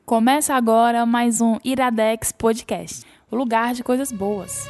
Começa agora mais um Iradex Podcast, o lugar de coisas boas.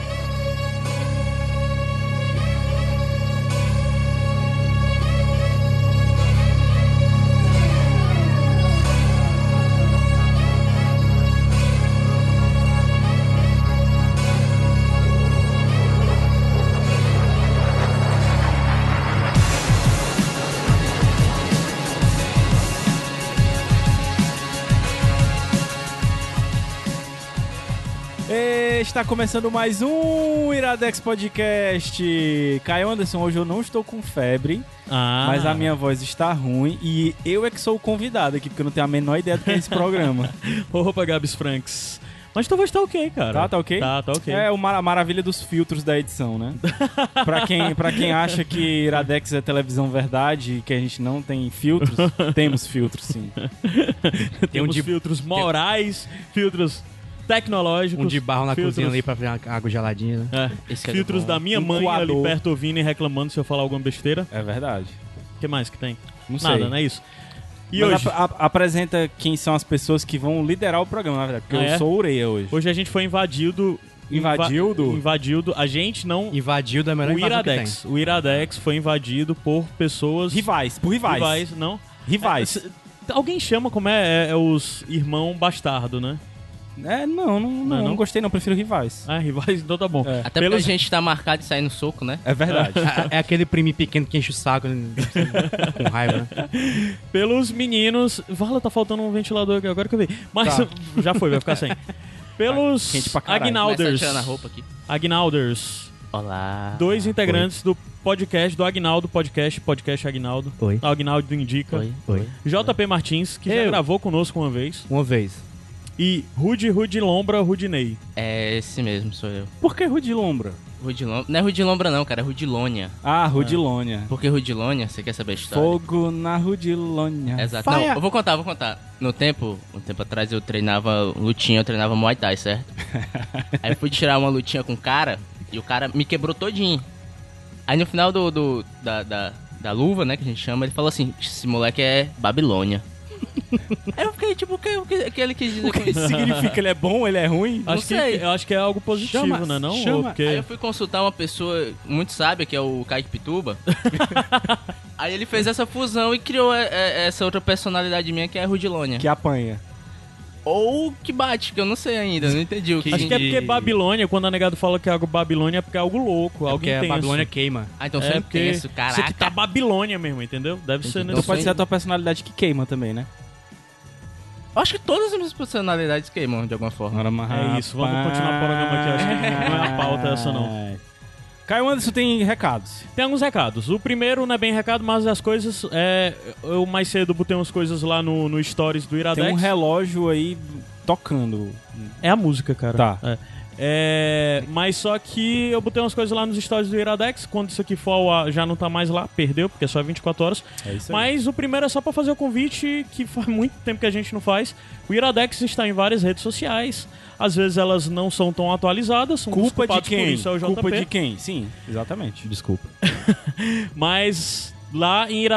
Está começando mais um Iradex Podcast. Caio Anderson, hoje eu não estou com febre, mas a minha voz está ruim e eu é que sou o convidado aqui, porque eu não tenho a menor ideia do que é esse programa. Opa, Gabs Franks. Mas tua voz tá ok, cara. Tá ok? Tá ok. É a maravilha dos filtros da edição, né? pra quem acha que Iradex é televisão verdade e que a gente não tem filtros, temos filtros, sim. Temos filtros morais, filtros tecnológicos. Um de barro na cozinha ali pra ver água geladinha, né? Filtros da minha mãe ali perto ouvindo e reclamando se eu falar alguma besteira. É verdade. O que mais que tem? Não sei. Nada, não é isso? E mas hoje? Apresenta quem são as pessoas que vão liderar o programa, na verdade. Porque eu sou o Ureia hoje. Hoje a gente foi invadido. A gente não. Invadiu da melhor invasão que tem. O Iradex foi invadido por pessoas. Rivais. Não? Rivais. Alguém chama como é os irmão bastardo, né? Não gostei não, prefiro rivais. Rivais, então tá bom. Até porque a gente tá marcado de sair no soco, né? É verdade. É aquele primo pequeno que enche o saco com raiva, né? Pelos meninos... Vala, tá faltando um ventilador aqui, agora que eu vi. Mas já foi, vai ficar sem. Pelos Aguinalders. A roupa aqui. Aguinalders. Olá. 2 integrantes do podcast, do Aguinaldo Podcast Aguinaldo. Oi. Aguinaldo Indica. Oi. JP Martins, que já gravou conosco uma vez. E Rudy Lombra Rudinei. É esse mesmo, sou eu. Por que Rudy Lombra? Não é Rudilombra não, cara, é Rudilônia. Rudilônia. Por que Rudilônia? Você quer saber a história? Fogo na Rudilônia. Exato. Não, eu vou contar. Um tempo atrás eu treinava lutinha, eu treinava Muay Thai, certo? Aí eu fui tirar uma lutinha com o cara e o cara me quebrou todinho. Aí no final da luva, né, que a gente chama, ele falou assim, esse moleque é Babilônia. Aí eu fiquei tipo, o que ele quis dizer com isso? Significa ele é bom, ele é ruim? Eu acho que é algo positivo, né? Não? Porque... Aí eu fui consultar uma pessoa muito sábia, que é o Kaique Pituba. Aí ele fez essa fusão e criou essa outra personalidade minha, que é a Rudilônia. Que apanha. Ou que bate, que eu não sei ainda, não entendi o que. Acho que é porque Babilônia, quando a negada fala que é algo Babilônia, é porque é algo louco, algo intenso. A Babilônia queima. Então você é intenso, caraca. Você que tá Babilônia mesmo, entendeu? Deve ser nesse. Então pode ser a tua personalidade que queima também, né? Eu acho que todas as minhas personalidades queimam de alguma forma. É isso, vamos continuar o programa aqui. Acho que não é a pauta essa, não. Caio Anderson tem recados. Tem alguns recados. O primeiro não é bem recado, mas as coisas... eu mais cedo botei umas coisas lá no Stories do Iradex. Tem um relógio aí tocando. É a música, cara. Tá. Mas só que eu botei umas coisas lá nos stories do Iradex. Quando isso aqui for já não tá mais lá, perdeu, porque é só 24 horas. É isso aí. Mas o primeiro é só pra fazer o convite, que faz muito tempo que a gente não faz. O Iradex está em várias redes sociais. Às vezes elas não são tão atualizadas. Culpa de quem? Por isso é o JP. Culpa de quem? Sim, exatamente. Desculpa. Mas lá em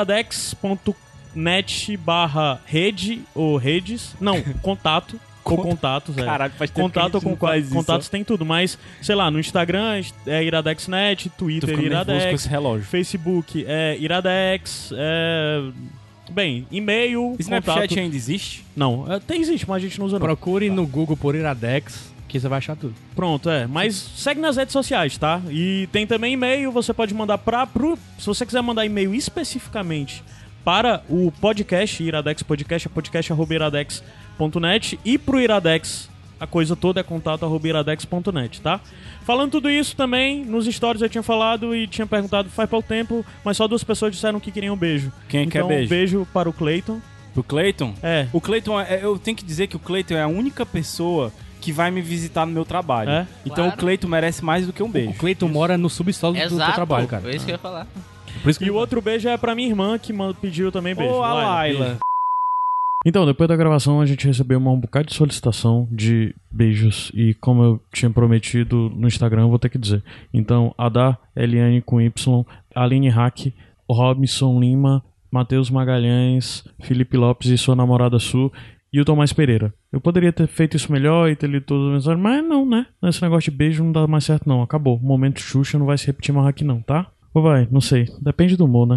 iradex.net/rede ou redes... Não, contato. Ou contatos, Caralho, faz tempo contato que a gente com não faz isso. Contatos tem tudo, mas, sei lá, no Instagram é IradexNet, Twitter Iradex, com esse relógio. Facebook é Iradex, bem, e-mail, Snapchat contato... ainda existe? Não, existe, mas a gente não usa não. Procure no Google por Iradex, que você vai achar tudo. Pronto, mas segue nas redes sociais, tá? E tem também e-mail, você pode mandar se você quiser mandar e-mail especificamente para o podcast, Iradex Podcast, é podcast@iradex.net, e pro Iradex, a coisa toda é contato@iradex.net, tá? Falando tudo isso também, nos stories eu tinha falado e tinha perguntado faz pouco tempo, mas só 2 pessoas disseram que queriam um beijo. Quem quer beijo? Beijo para o Cleiton. Pro Cleiton? É. O Cleiton, eu tenho que dizer que o Cleiton é a única pessoa que vai me visitar no meu trabalho. Então o Cleiton merece mais do que um beijo. O Cleiton mora no subsolo do teu trabalho, cara. É isso que eu ia falar. E o outro beijo é pra minha irmã, que pediu também beijo. Ô, a Laila. Então, depois da gravação, a gente recebeu um bocado de solicitação de beijos. E como eu tinha prometido no Instagram, eu vou ter que dizer. Então, Ada, Eliane com Y, Aline Hack, Robson Lima, Matheus Magalhães, Felipe Lopes e sua namorada Su. e o Tomás Pereira. Eu poderia ter feito isso melhor e ter lido todas as mensagens, mas não, né? Esse negócio de beijo não dá mais certo, não. Acabou. O momento Xuxa não vai se repetir mais aqui, não, tá? Ou vai? Não sei. Depende do humor, né?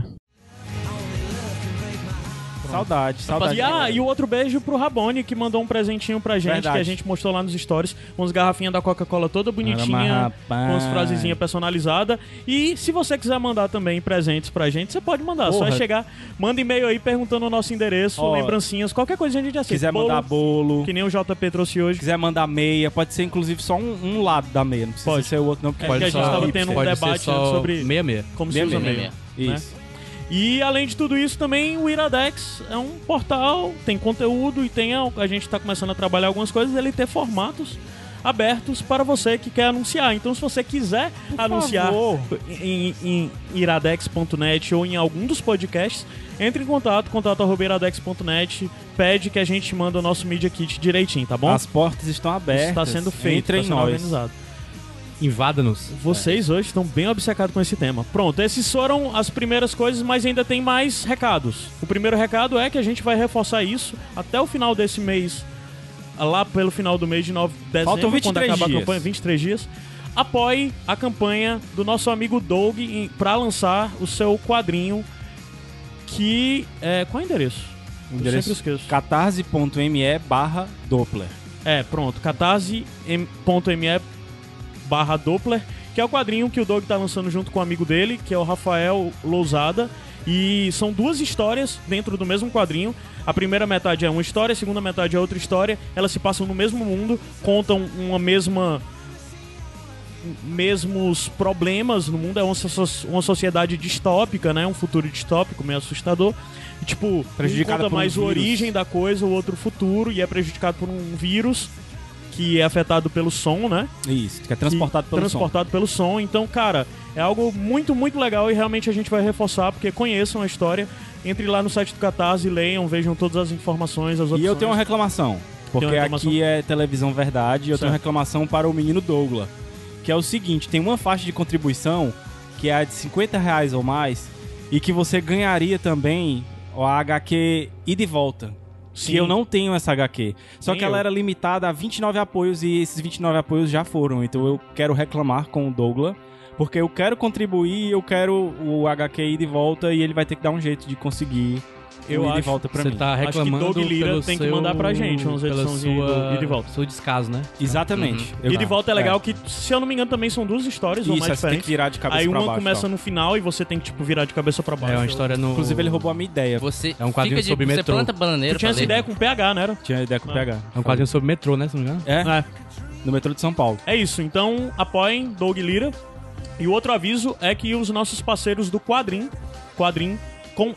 Saudade. E o outro beijo pro Rabone, que mandou um presentinho pra gente, Verdade. que a gente mostrou lá nos stories. Umas garrafinhas da Coca-Cola toda bonitinha, com umas frasezinhas personalizadas. E se você quiser mandar também presentes pra gente, você pode mandar. Só é chegar, manda e-mail aí perguntando o nosso endereço, lembrancinhas, qualquer coisa a gente aceita. Quiser mandar bolo, que nem o JP trouxe hoje. quiser mandar meia, pode ser inclusive só um lado da meia, não precisa ser o outro não, porque Porque a gente tava tendo um pode debate ser só sobre meia. como se usa meia. Isso. E além de tudo isso também o Iradex é um portal, tem conteúdo e a gente está começando a trabalhar algumas coisas, ele tem formatos abertos para você que quer anunciar. Então se você quiser anunciar em iradex.net ou em algum dos podcasts, entre em contato@iradex.net, pede que a gente manda o nosso Media Kit direitinho, tá bom? As portas estão abertas. Isso está sendo feito, Entre está sendo nós. organizado. Invada-nos. Vocês hoje estão bem obcecados com esse tema. Pronto, esses foram as primeiras coisas, mas ainda tem mais recados. O primeiro recado é que a gente vai reforçar isso até o final desse mês, lá pelo final do mês de dezembro, Faltam 23 quando acabar dias. a campanha, 23 dias. Apoie a campanha do nosso amigo Doug para lançar o seu quadrinho que... qual é o endereço? O Eu endereço sempre esqueço. catarse.me/Doppler. Pronto, catarse.me/Doppler, que é o quadrinho que o Doug tá lançando junto com o amigo dele, que é o Rafael Lousada. E são duas histórias dentro do mesmo quadrinho. A primeira metade é uma história, a segunda metade é outra história. Elas se passam no mesmo mundo, contam mesmos problemas no mundo. É uma sociedade distópica, né? Um futuro distópico, meio assustador. E, tipo, Prejudicada um conta por um mais a vírus. origem da coisa, o outro futuro, e é prejudicado por um vírus que é afetado pelo som, né? Isso, que é transportado pelo som. Então, cara, é algo muito, muito legal e realmente a gente vai reforçar, porque conheçam a história. Entre lá no site do Catarse, leiam, vejam todas as informações, as opções. E eu tenho uma reclamação, porque aqui é Televisão Verdade, e eu tenho uma reclamação para o menino Douglas, que é o seguinte: tem uma faixa de contribuição que é a de R$50 ou mais, e que você ganharia também a HQ Ida e Volta. Sim. Que eu não tenho essa HQ. Só Nem que ela eu. era limitada a 29 apoios e esses 29 apoios já foram. Então eu quero reclamar com o Douglas, porque eu quero contribuir, eu quero o HQ Ida e Volta e ele vai ter que dar um jeito de conseguir Eu o Ida e acho Volta pra Você mim. tá reclamando Doug Lira pelo tem que seu- mandar pra gente umas pela ediçãozinhas sua- do Ida e Volta. seu descaso, né? Exatamente. Ida e Volta é legal que, se eu não me engano, também são duas histórias ou Isso, mais você tem que diferentes. virar de cabeça Aí pra uma baixo. começa tal. no final e você tem que, tipo, virar de cabeça pra baixo. É uma história no... Inclusive ele roubou a minha ideia. Você É um quadrinho fica sobre você metrô. planta Tu bananeira tinha pra essa ler. ideia com PH, né? Era? Tinha ideia com o PH. É um quadrinho sobre metrô, né? Se não me engano. É, no metrô de São Paulo. É isso, então apoiem Doug Lira. E o outro aviso é que os nossos parceiros do Quadrim com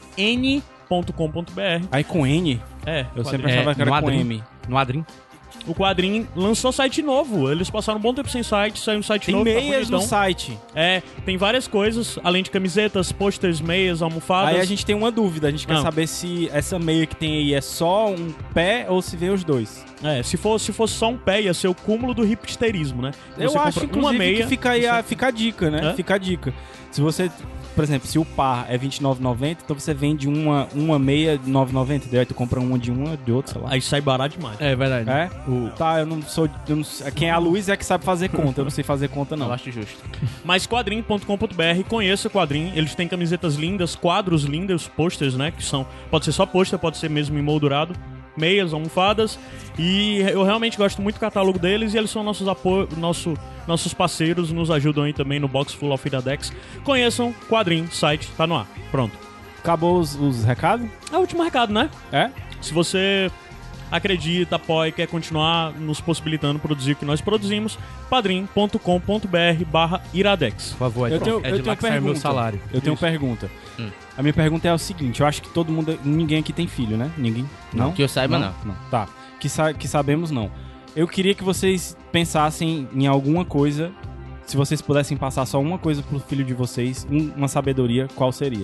n.com.br. Aí com N, eu sempre achava que no era com Adrim. M. No Adrim. O Quadrim lançou site novo. Eles passaram um bom tempo sem site, saiu um site Tem novo. tá meias no bonitão. site. Tem várias coisas, além de camisetas, posters, meias, almofadas. Aí a gente tem uma dúvida. A gente quer Não. saber se essa meia que tem aí é só um pé ou se vem os dois. Se fosse só um pé, ia ser o cúmulo do hipsterismo, né? Eu Você acho, compra inclusive, meia, que fica aí fica a dica, né? É? Fica a dica. Se você, por exemplo, se o par é R$29,90, então você vende uma meia de R$9,90, daí tu compra uma de outra, sei lá. Aí sai barato demais. É verdade. É? Tá, eu não sou... quem é a Luiz é que sabe fazer conta, eu não sei fazer conta, não. Eu acho justo. Mas quadrim.com.br, conheça o Quadrim. Eles têm camisetas lindas, quadros lindos, posters, né? Que são... Pode ser só pôster, pode ser mesmo emoldurado. Meias, almofadas. E eu realmente gosto muito do catálogo deles. E eles são nossos parceiros. Nos ajudam aí também no Box Full of Iradex. Conheçam Quadrim, site, tá no ar. Pronto. Acabou os recados? É o último recado, né? É? Se você acredita, apoia e quer continuar nos possibilitando produzir o que nós produzimos, padrim.com.br/iradex. Por favor, Eu tenho é de lá que sai pergunta. meu salário. Eu tenho pergunta. A minha pergunta é o seguinte, eu acho que todo mundo... Ninguém aqui tem filho, né? Ninguém? Não? Que eu saiba, não. Tá. Que sabemos, não. Eu queria que vocês pensassem em alguma coisa, se vocês pudessem passar só uma coisa pro filho de vocês, uma sabedoria, qual seria?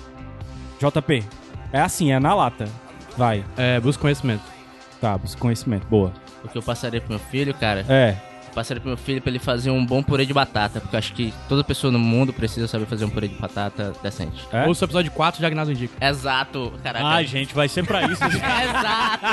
JP, é assim, é na lata. Vai. Busca conhecimento. Tá, busca conhecimento. Boa. O que eu passaria pro meu filho, cara, É. Passei pro meu filho pra ele fazer um bom purê de batata, porque eu acho que toda pessoa no mundo precisa saber fazer um purê de batata decente. É? Ouça o episódio 4 de Agnaldo Indica. Exato, caraca. Ai, gente, vai ser pra isso. Exato.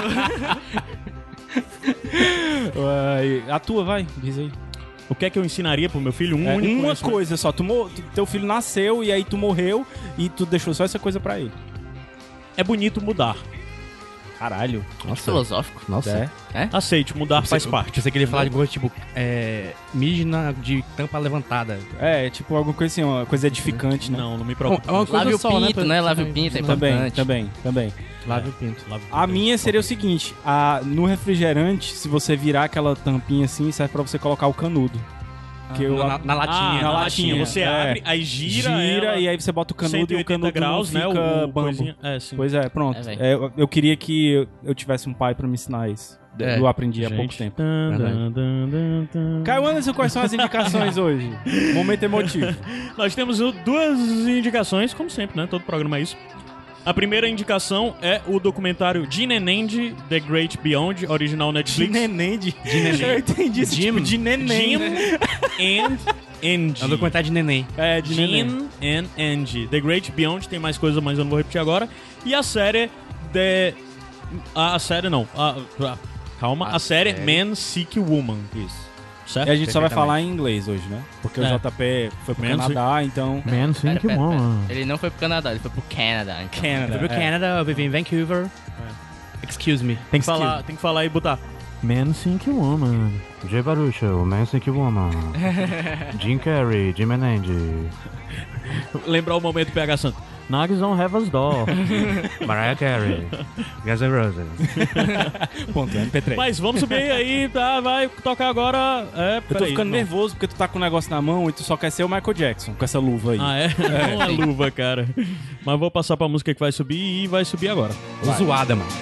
A tua, vai, diz aí. O que é que eu ensinaria pro meu filho? Uma conhecimento. coisa só, teu filho nasceu e aí tu morreu e tu deixou só essa coisa pra ele. É bonito mudar. Caralho. Nossa. Filosófico. Nossa. É? Aceite, mudar faz parte. Pensei que ele ia falar de coisa tipo, mígina de tampa levantada. É, tipo alguma coisa assim, uma coisa edificante, né? Não me preocupe. É uma coisa Lave o só, pinto, né? Lave o pinto, é importante. Também. Lave o pinto. A minha seria o seguinte, no refrigerante, se você virar aquela tampinha assim, serve pra você colocar o canudo. Que Na latinha. na latinha. Você É. abre, aí gira ela, e aí você bota o canudo e o 180 canudo graus, não né? fica O bambo. coisinha. É, sim. Pois é, pronto. É, velho. Eu queria que eu tivesse um pai pra me ensinar isso. Eu aprendi há pouco tempo. Caio Anderson, quais são as indicações hoje? Momento emotivo. Nós temos duas indicações, como sempre, né? Todo programa é isso. A primeira indicação é o documentário Gene and Andy, The Great Beyond, original Netflix. Eu entendi isso, tipo de neném. Jim and Andy. É um documentário de neném. É, de neném. Gene and Andy. The Great Beyond, tem mais coisa, mas eu não vou repetir agora. E a série A série não. Calma. A série Man Seek Woman. Isso. Certo? E a gente só vai falar em inglês hoje, né? Porque o JP foi pro Man Canadá, então... Man Seek Woman. Ele não foi pro Canadá, ele foi pro Canadá. Então. Canada. Eu fui pro Canadá, eu vivi em Vancouver. Excuse me. Tem que falar e botar. Man Seek Woman. Jay Baruch, Man Seek Woman. Jim Carrey, Jim and Andy. Lembrar o momento PH Santo. Nugs don't have us door. Mariah Carey. Guns N' Roses. Ponto, MP3. Mas vamos subir aí, tá? Vai tocar agora. Eu tô ficando nervoso porque tu tá com o negócio na mão e tu só quer ser o Michael Jackson com essa luva aí. Ah, é? Uma luva, cara. Mas vou passar pra música que vai subir e vai subir agora. Zoada, mano.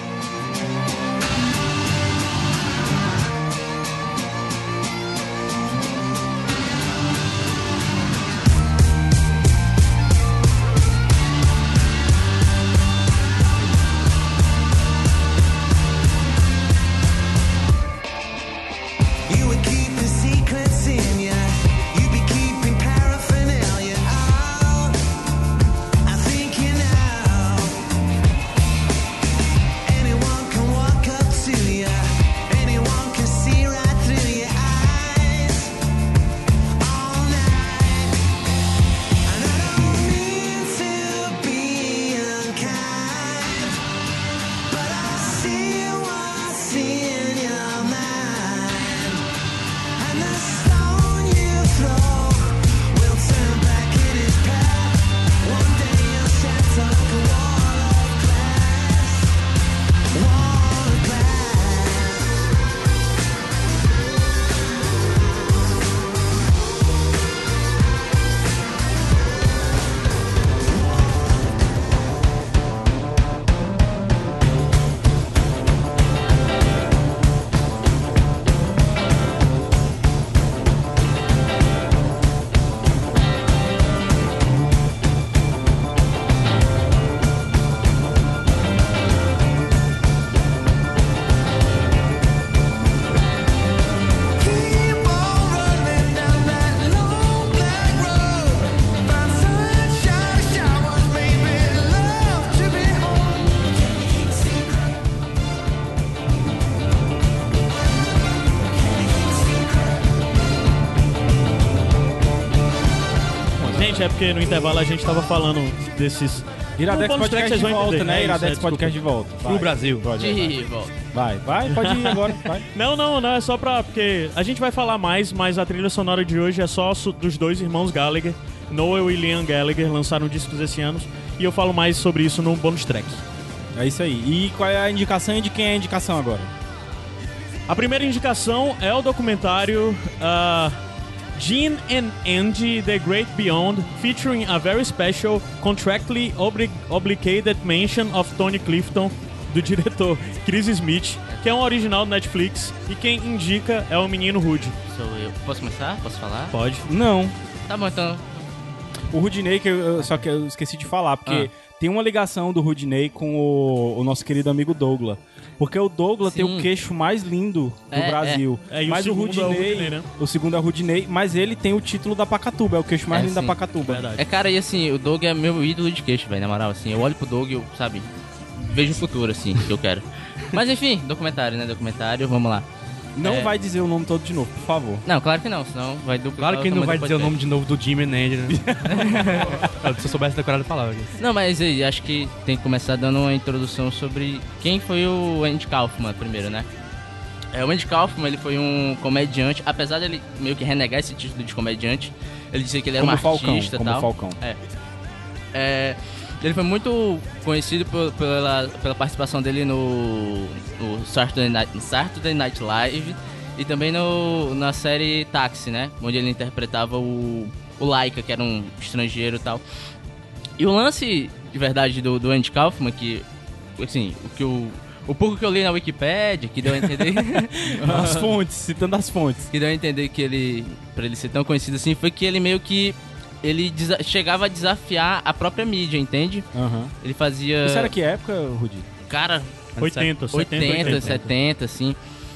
É porque no intervalo a gente tava falando desses... Iradex No bonus track Podcast vocês de vão volta, entender. né? É Iradex isso, Podcast de volta. Vai. Pro Brasil. De volta. Vai, pode ir agora, vai. Não, é só pra... Porque a gente vai falar mais, mas a trilha sonora de hoje é só dos dois irmãos Gallagher. Noel e Liam Gallagher lançaram discos esse ano. E eu falo mais sobre isso no bonus track. É isso aí. E qual é a indicação e de quem é a indicação agora? A primeira indicação é o documentário Gene and Andy, The Great Beyond, featuring a very special, contractually obligated mention of Tony Clifton, do diretor Chris Smith, que é um original do Netflix, e quem indica é o menino Rudy. Sou eu. Posso começar? Posso falar? Pode. Não. Tá bom, então. O Rudinei, só que eu esqueci de falar, porque tem uma ligação do Rudinei com o nosso querido amigo Douglas. Porque o Douglas tem o queixo mais lindo do Brasil. Mas o Rudinei, né? O segundo é o Rudinei, mas ele tem o título da Pacatuba, é o queixo mais lindo da Pacatuba. Verdade. Cara, e assim, o Doug é meu ídolo de queixo, velho, na moral, assim. Eu olho pro Doug e eu, sabe, vejo o futuro, assim, que eu quero. Mas enfim, documentário, né? Documentário, vamos lá. Não vai dizer o nome todo de novo, por favor. Não, claro que não, senão vai duplicar. Claro que ele não vai dizer o nome de novo do Jimmy Andy, né? Se eu soubesse decorar a palavra. Não, mas aí, acho que tem que começar dando uma introdução sobre quem foi o Andy Kaufman primeiro, né? O Andy Kaufman, ele foi um comediante, apesar dele meio que renegar esse título de comediante, ele dizia que ele era um artista e tal. Como Falcão. Ele foi muito conhecido pela participação dele no Saturday Night Live e também na série Táxi, né? Onde ele interpretava o Laika, que era um estrangeiro e tal. E o lance de verdade do Andy Kaufman, que, assim, o pouco que eu li na Wikipédia, que deu a entender... As fontes, citando as fontes. Que deu a entender que pra ele ser tão conhecido assim, foi que ele meio que... Ele chegava a desafiar a própria mídia, entende? Ele fazia... Isso era que época, Rudi? Cara... 80, 70, assim.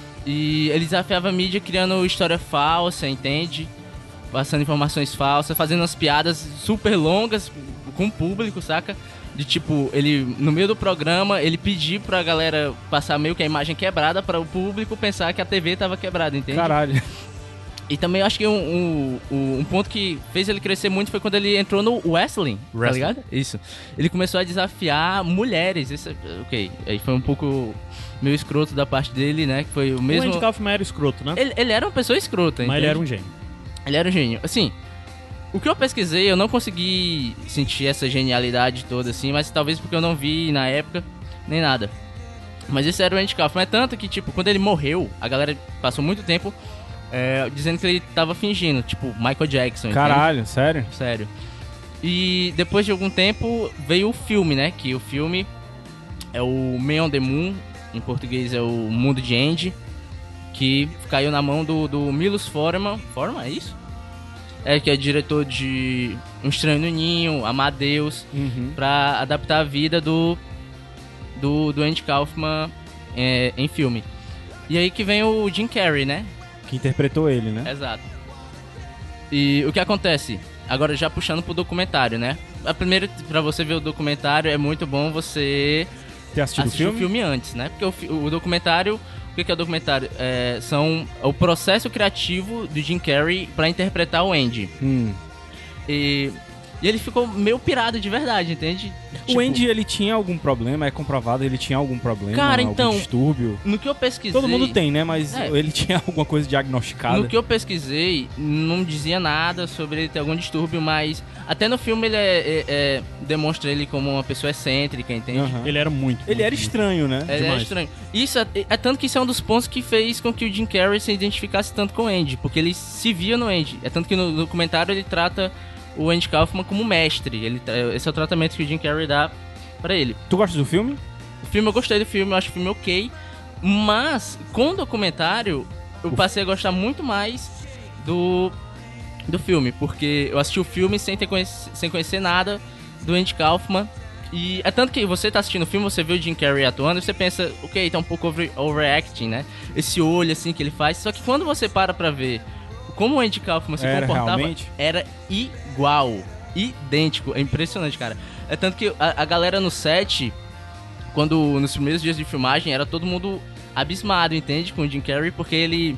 E ele desafiava a mídia criando história falsa, entende? Passando informações falsas, fazendo umas piadas super longas com o público, saca? De tipo, ele, no meio do programa, ele pedir pra galera passar meio que a imagem quebrada pra o público pensar que a TV tava quebrada, entende? Caralho. E também eu acho que um ponto que fez ele crescer muito foi quando ele entrou no wrestling, tá ligado? Isso. Ele começou a desafiar mulheres. Ok, aí foi um pouco meio escroto da parte dele, né? Que foi o mesmo... O Andy Kaufman era escroto, né? Ele era uma pessoa escrota, mas entende? ele era um gênio. Ele era um gênio. Assim, o que eu pesquisei, eu não consegui sentir essa genialidade toda, assim, mas talvez porque eu não vi na época, nem nada. Mas esse era o Andy Kaufman. É tanto que, tipo, quando ele morreu, a galera passou muito tempo... dizendo que ele tava fingindo, tipo Michael Jackson. Caralho, entende? sério? Sério. E depois de algum tempo veio o filme, né? Que o filme é o Man on the Moon, em português é o Mundo de Andy, que caiu na mão do Milos Forman. Forman, é isso? Que é diretor de Um Estranho no Ninho, Amadeus, pra adaptar a vida do Andy Kaufman em filme. E aí que vem o Jim Carrey, né? Que interpretou ele, né? Exato. E o que acontece? Agora já puxando pro documentário, né? Primeiro, pra você ver o documentário, é muito bom você ter assistido assistir o filme antes, né? Porque o documentário... O que é o documentário? São o processo criativo do Jim Carrey pra interpretar o Andy. E ele ficou meio pirado de verdade, entende? O Andy, ele tinha algum problema? É comprovado, ele tinha algum problema? Cara, então, algum distúrbio? No que eu pesquisei... Todo mundo tem, né? Mas ele tinha alguma coisa diagnosticada? No que eu pesquisei, não dizia nada sobre ele ter algum distúrbio, mas até no filme ele demonstra ele como uma pessoa excêntrica, entende? Ele era muito. Ele era estranho, né? Ele era estranho. Isso é tanto que isso é um dos pontos que fez com que o Jim Carrey se identificasse tanto com o Andy, porque ele se via no Andy. É tanto que no documentário ele trata o Andy Kaufman como mestre. Esse é o tratamento que o Jim Carrey dá pra ele. Tu gosta do filme? O filme, eu gostei do filme, eu acho o filme ok. Mas, com o documentário, eu passei a gostar muito mais do filme. Porque eu assisti o filme sem conhecer nada do Andy Kaufman. E é tanto que você tá assistindo o filme, você vê o Jim Carrey atuando e você pensa, ok, tá um pouco overacting, né? Esse olho, assim, que ele faz. Só que quando você para pra ver como o Andy Kaufman se comportava, realmente? Era igual, idêntico, é impressionante, cara. É tanto que a galera no set, nos primeiros dias de filmagem, era todo mundo abismado, entende? Com o Jim Carrey, porque ele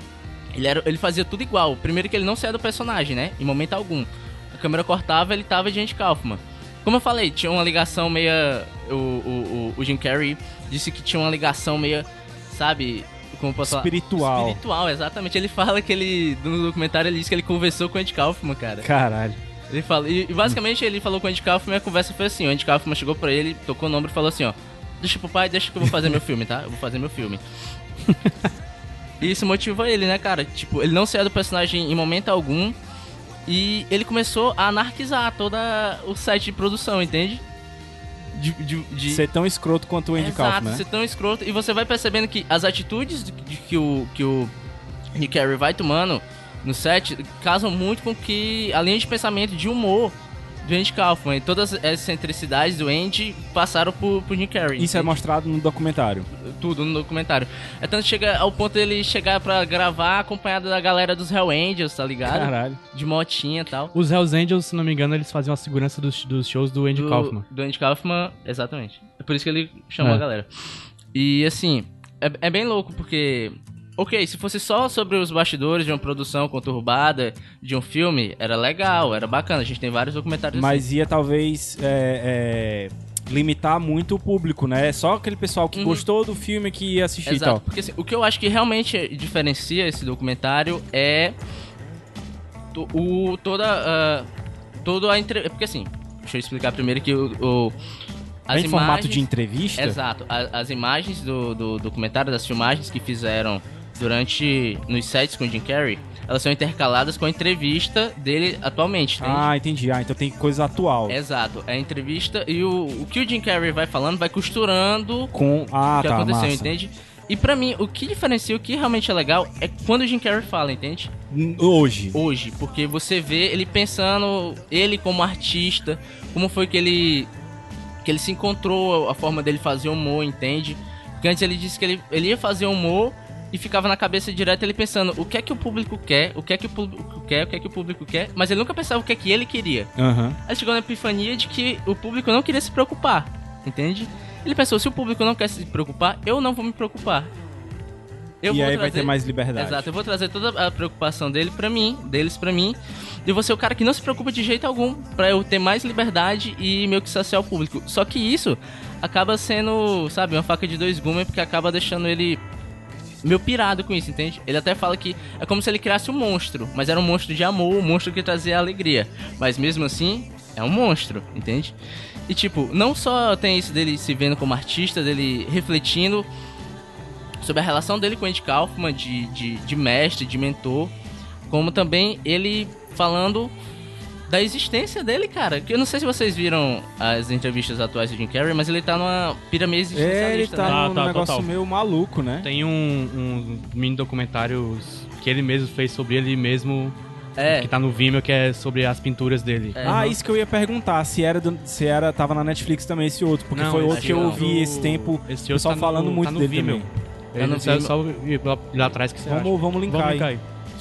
fazia tudo igual. Primeiro que ele não saía do personagem, né? Em momento algum. A câmera cortava, ele tava de Andy Kaufman. Como eu falei, tinha uma ligação meia... O Jim Carrey disse que tinha uma ligação meia, sabe... Como posso espiritual. Falar? Espiritual, exatamente. Ele fala que no documentário ele disse que ele conversou com o Andy Kaufman, cara. Caralho. Ele fala, e basicamente ele falou com o Andy Kaufman e a conversa foi assim. O Andy Kaufman chegou pra ele, tocou o ombro e falou assim, ó: deixa pro pai, deixa que eu vou fazer meu filme, tá? Eu vou fazer meu filme. E isso motivou ele, né, cara? Tipo, ele não saiu do personagem em momento algum. E ele começou a anarquizar todo o set de produção, entende? De ser tão escroto quanto o Andy Kaufman, né? Ser tão escroto. E você vai percebendo que as atitudes que o Jim Carrey vai tomando no set casam muito com que a linha de pensamento de humor do Andy Kaufman. E todas as excentricidades do Andy passaram pro Jim Carrey. Isso é mostrado no documentário. Tudo no documentário. É tanto que chega ao ponto dele chegar pra gravar acompanhado da galera dos Hell Angels, tá ligado? Caralho. De motinha e tal. Os Hells Angels, se não me engano, eles faziam a segurança dos shows do Andy Kaufman. Do Andy Kaufman, exatamente. É por isso que ele chamou a galera. E assim, é bem louco porque... Ok, se fosse só sobre os bastidores de uma produção conturbada de um filme, era legal, era bacana. A gente tem vários documentários Mas assim. ia talvez limitar muito o público, né? Só aquele pessoal que gostou do filme que ia assistir e Exato, tal. porque assim, o que eu acho que realmente diferencia esse documentário é toda a entrevista. Porque assim, deixa eu explicar primeiro que as Em formato imagens- de entrevista? Exato, as imagens do documentário, das filmagens que fizeram nos sets com o Jim Carrey, elas são intercaladas com a entrevista dele atualmente, entende? Ah, entendi. Então tem coisa atual. Exato, é a entrevista e o que o Jim Carrey vai falando vai costurando Com... Ah, o que tá, aconteceu, massa. entende? E pra mim, o que diferencia, o que realmente é legal é quando o Jim Carrey fala, entende? Hoje. Hoje, porque você vê ele pensando, ele como artista, como foi que ele se encontrou, a forma dele fazer humor, entende? Porque antes ele disse que ele ia fazer humor e ficava na cabeça direto ele pensando o que é que o público quer, o que é que o público quer, o que é que o público quer, mas ele nunca pensava o que é que ele queria. Aham. Aí chegou na epifania de que o público não queria se preocupar, entende? Ele pensou, se o público não quer se preocupar, eu não vou me preocupar. Eu E vou aí vai trazer- ter mais liberdade. Exato, eu vou trazer toda a preocupação deles pra mim, e eu vou ser o cara que não se preocupa de jeito algum, pra eu ter mais liberdade e meio que saciar o público. Só que isso acaba sendo, sabe, uma faca de dois gumes, porque acaba deixando ele meio pirado com isso, entende? Ele até fala que é como se ele criasse um monstro, mas era um monstro de amor, um monstro que trazia alegria. Mas mesmo assim, é um monstro, entende? E tipo, não só tem isso dele se vendo como artista, dele refletindo sobre a relação dele com o Andy Kaufman, de mestre, de mentor, como também ele falando da existência dele, cara. Que eu não sei se vocês viram as entrevistas atuais do Jim Carrey, mas ele tá numa pirâmide existencialista, Ele tá né? num Tá, negócio total. meio maluco, né? Tem um mini documentário que ele mesmo fez sobre ele mesmo, que tá no Vimeo, que é sobre as pinturas dele. Isso que eu ia perguntar, se tava na Netflix também esse outro, porque Não, foi outro acho que eu que não. ouvi esse tempo, Esse o pessoal outro tá falando no- muito tá no dele Vimeo. também. Eu não É vi. só ir lá atrás que você acha. Vamos linkar Vamos aí. linkar aí.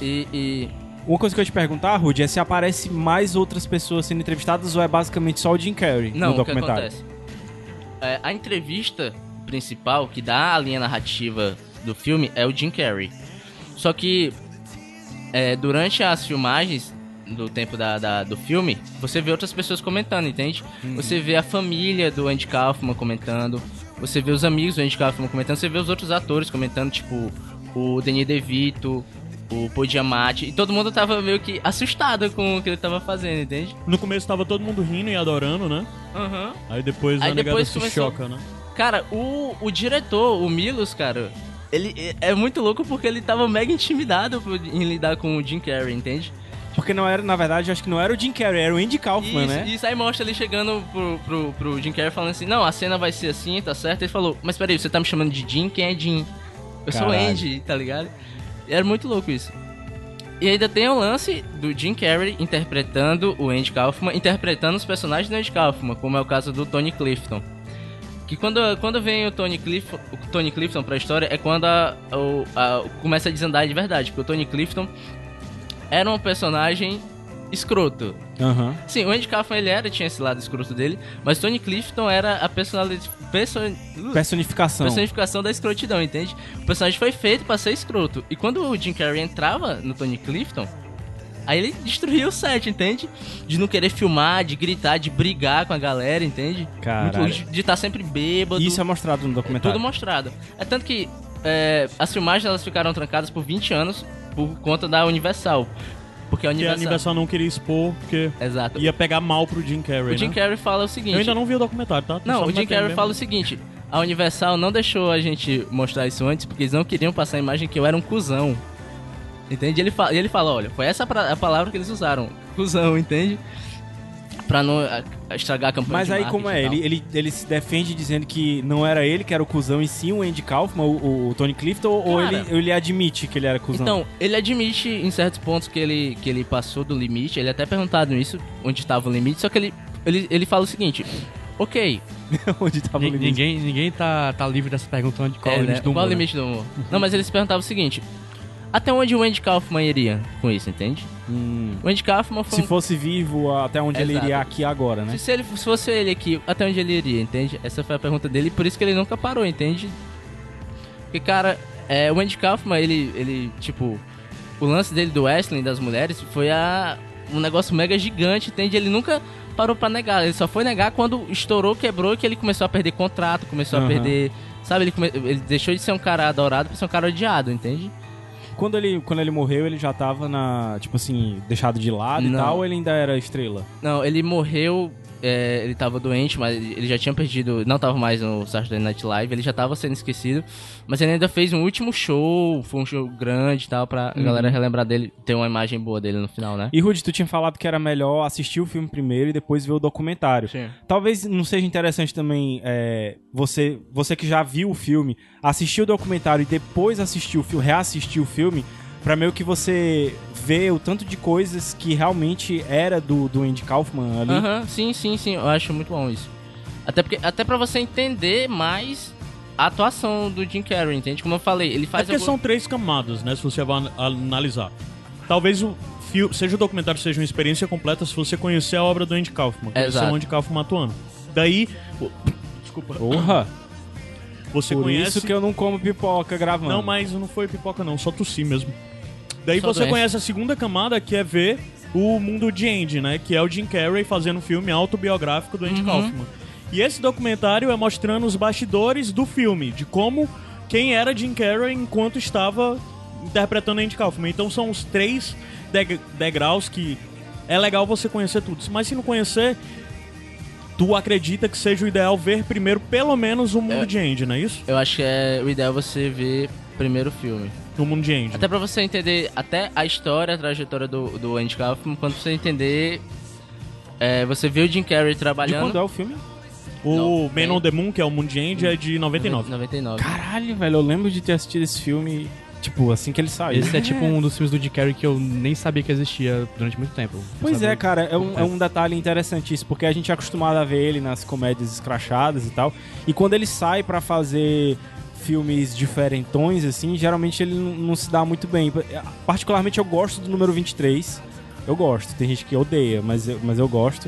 E Uma coisa que eu ia te perguntar, Rudy, é se aparece mais outras pessoas sendo entrevistadas ou é basicamente só o Jim Carrey não, no o que documentário? acontece? A entrevista principal, que dá a linha narrativa do filme, é o Jim Carrey. Só que durante as filmagens do tempo do filme, você vê outras pessoas comentando, entende? Você vê a família do Andy Kaufman comentando, você vê os amigos do Andy Kaufman comentando, você vê os outros atores comentando, tipo o Danny DeVito, o Paul Giamatti, e todo mundo tava meio que assustado com o que ele tava fazendo, entende? No começo tava todo mundo rindo e adorando, né? Aham. Aí depois Aí a negada depois se começou- choca, né? Cara, o diretor, o Milos, cara, ele é muito louco porque ele tava mega intimidado em lidar com o Jim Carrey, entende? Porque não era, na verdade, acho que não era o Jim Carrey, era o Andy Kaufman, né? Isso aí mostra ele chegando pro Jim Carrey falando assim, não, a cena vai ser assim, tá certo? Ele falou, mas peraí, você tá me chamando de Jim? Quem é Jim? Eu sou o Caralho. Andy, tá ligado? E era muito louco isso. E ainda tem o lance do Jim Carrey interpretando o Andy Kaufman, interpretando os personagens do Andy Kaufman, como é o caso do Tony Clifton. Que quando vem o Tony Clifton pra história é quando começa a desandar de verdade. Porque o Tony Clifton era um personagem escroto. Aham. Sim, o Andy Kaufman tinha esse lado escroto dele, mas Tony Clifton era a personificação da escrotidão, entende? O personagem foi feito pra ser escroto. E quando o Jim Carrey entrava no Tony Clifton, aí ele destruía o set, entende? De não querer filmar, de gritar, de brigar com a galera, entende? Caralho. Muito, de estar sempre bêbado. Isso é mostrado no documentário. Tudo mostrado. É tanto que as filmagens elas ficaram trancadas por 20 anos por conta da Universal. Porque a Porque a Universal... Universal não queria expor, porque Exato. ia pegar mal pro Jim Carrey, O Jim né? Carrey fala o seguinte... Eu ainda não vi o documentário, tá? Tô Não, só o me Jim metendo Carrey mesmo. fala o seguinte: a Universal não deixou a gente mostrar isso antes porque eles não queriam passar a imagem que eu era um cuzão. Entende? E ele fala, olha, foi essa a palavra que eles usaram, cuzão, entende? Pra não estragar a campanha. Mas de aí como é? Ele se defende dizendo que não era ele que era o cuzão e sim o Andy Kaufman, o Tony Clifton, ou ele admite que ele era cuzão? Então, ele admite em certos pontos que ele passou do limite. Ele até perguntado isso, onde estava o limite, só que ele fala o seguinte: ok. Onde tava o limite? Ninguém tá livre dessa pergunta de qual é o limite do humor. Qual é o limite do humor? Não, mas ele se perguntava o seguinte: até onde o Andy Kaufman iria com isso, entende? O Andy Kaufman foi Se fosse vivo, até onde ele iria aqui agora, né? Se fosse ele aqui, até onde ele iria, entende? Essa foi a pergunta dele, por isso que ele nunca parou, entende? Porque, cara, o Andy Kaufman, ele, tipo, o lance dele do wrestling, das mulheres, foi um negócio mega gigante, entende? Ele nunca parou pra negar, ele só foi negar quando estourou, quebrou, que ele começou a perder contrato, começou a perder, sabe? Ele deixou de ser um cara adorado pra ser um cara odiado, entende? Quando ele morreu, ele já tava tipo assim, deixado de lado e tal, ou ele ainda era estrela? Não, ele morreu, ele tava doente, mas ele já tinha perdido, não tava mais no Saturday Night Live, ele já tava sendo esquecido, mas ele ainda fez um último show, foi um show grande e tal, pra galera relembrar dele, ter uma imagem boa dele no final, né? E Rudy, tu tinha falado que era melhor assistir o filme primeiro e depois ver o documentário. Sim. Talvez não seja interessante também você que já viu o filme, assistir o documentário e depois assistir o filme, reassistir o filme, pra meio que você ver o tanto de coisas que realmente era do Andy Kaufman ali. Sim, eu acho muito bom isso. Até pra você entender mais a atuação do Jim Carrey, entende? Como eu falei, ele faz... porque são 3 camadas, né, se você vai analisar. Talvez seja o documentário seja uma experiência completa se você conhecer a obra do Andy Kaufman, conhecer o Andy Kaufman atuando. Daí... Desculpa. Porra! Você Por conhece... isso que eu não como pipoca gravando. Não, mas não foi pipoca não, só tossi mesmo. Daí Só você doença. conhece a segunda camada, que é ver o mundo de Andy, né? Que é o Jim Carrey fazendo um filme autobiográfico do Andy Kaufman. E esse documentário é mostrando os bastidores do filme, de quem era Jim Carrey enquanto estava interpretando Andy Kaufman. Então são os 3 degraus que é legal você conhecer tudo. Mas se não conhecer, tu acredita que seja o ideal ver primeiro pelo menos o mundo de Andy, não é isso? Eu acho que o ideal você ver primeiro o filme. O mundo de Andy. Até pra você entender até a história, a trajetória do Andy Kaufman, quando você entender... você vê o Jim Carrey De trabalhando... quando é o filme? O Man on the Moon, que é o mundo de Andy, é de 99. 99. Caralho, velho, eu lembro de ter assistido esse filme, tipo, assim que ele saiu. Esse é tipo um dos filmes do Jim Carrey que eu nem sabia que existia durante muito tempo. Pois é, cara, é um detalhe interessante isso, porque a gente é acostumado a ver ele nas comédias escrachadas e tal, e quando ele sai pra fazer filmes diferentões, assim, geralmente ele não se dá muito bem. Particularmente eu gosto do número 23, eu gosto, tem gente que odeia, mas eu gosto.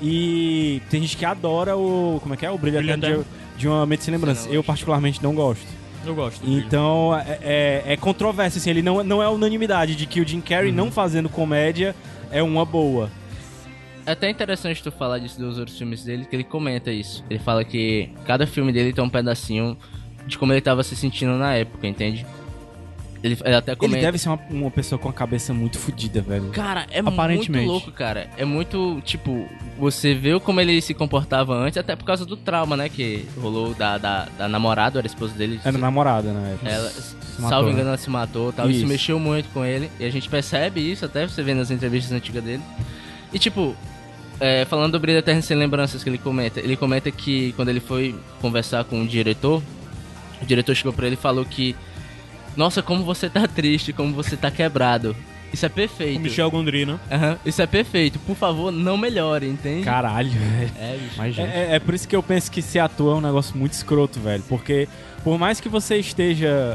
E tem gente que adora o Brilho Eterno de uma Mente Sem Lembrança. Eu particularmente não gosto. Eu gosto. Então é controverso, assim, ele não é unanimidade de que o Jim Carrey não fazendo comédia é uma boa. É até interessante tu falar disso dos outros filmes dele, que ele comenta isso. Ele fala que cada filme dele tem um pedacinho de como ele tava se sentindo na época, entende? Ele até comenta... Ele deve ser uma pessoa com a cabeça muito fodida, velho. Cara, é muito louco, cara. É muito, tipo, você vê como ele se comportava antes, até por causa do trauma, né, que rolou da namorada, era a esposa dele. Era namorada, né? Ela, salvo engano, ela se matou, tal. Isso mexeu muito com ele. E a gente percebe isso, até você vê nas entrevistas antigas dele. E, tipo, falando do Brilho Eterno Sem Lembranças que ele comenta que quando ele foi conversar com o diretor chegou pra ele e falou que: nossa, como você tá triste, como você tá quebrado. Isso é perfeito. O Michel Gondry, né? Isso é perfeito. Por favor, não melhore, entende? Caralho, velho. Bicho. É por isso que eu penso que ser ator é um negócio muito escroto, velho. Porque por mais que você esteja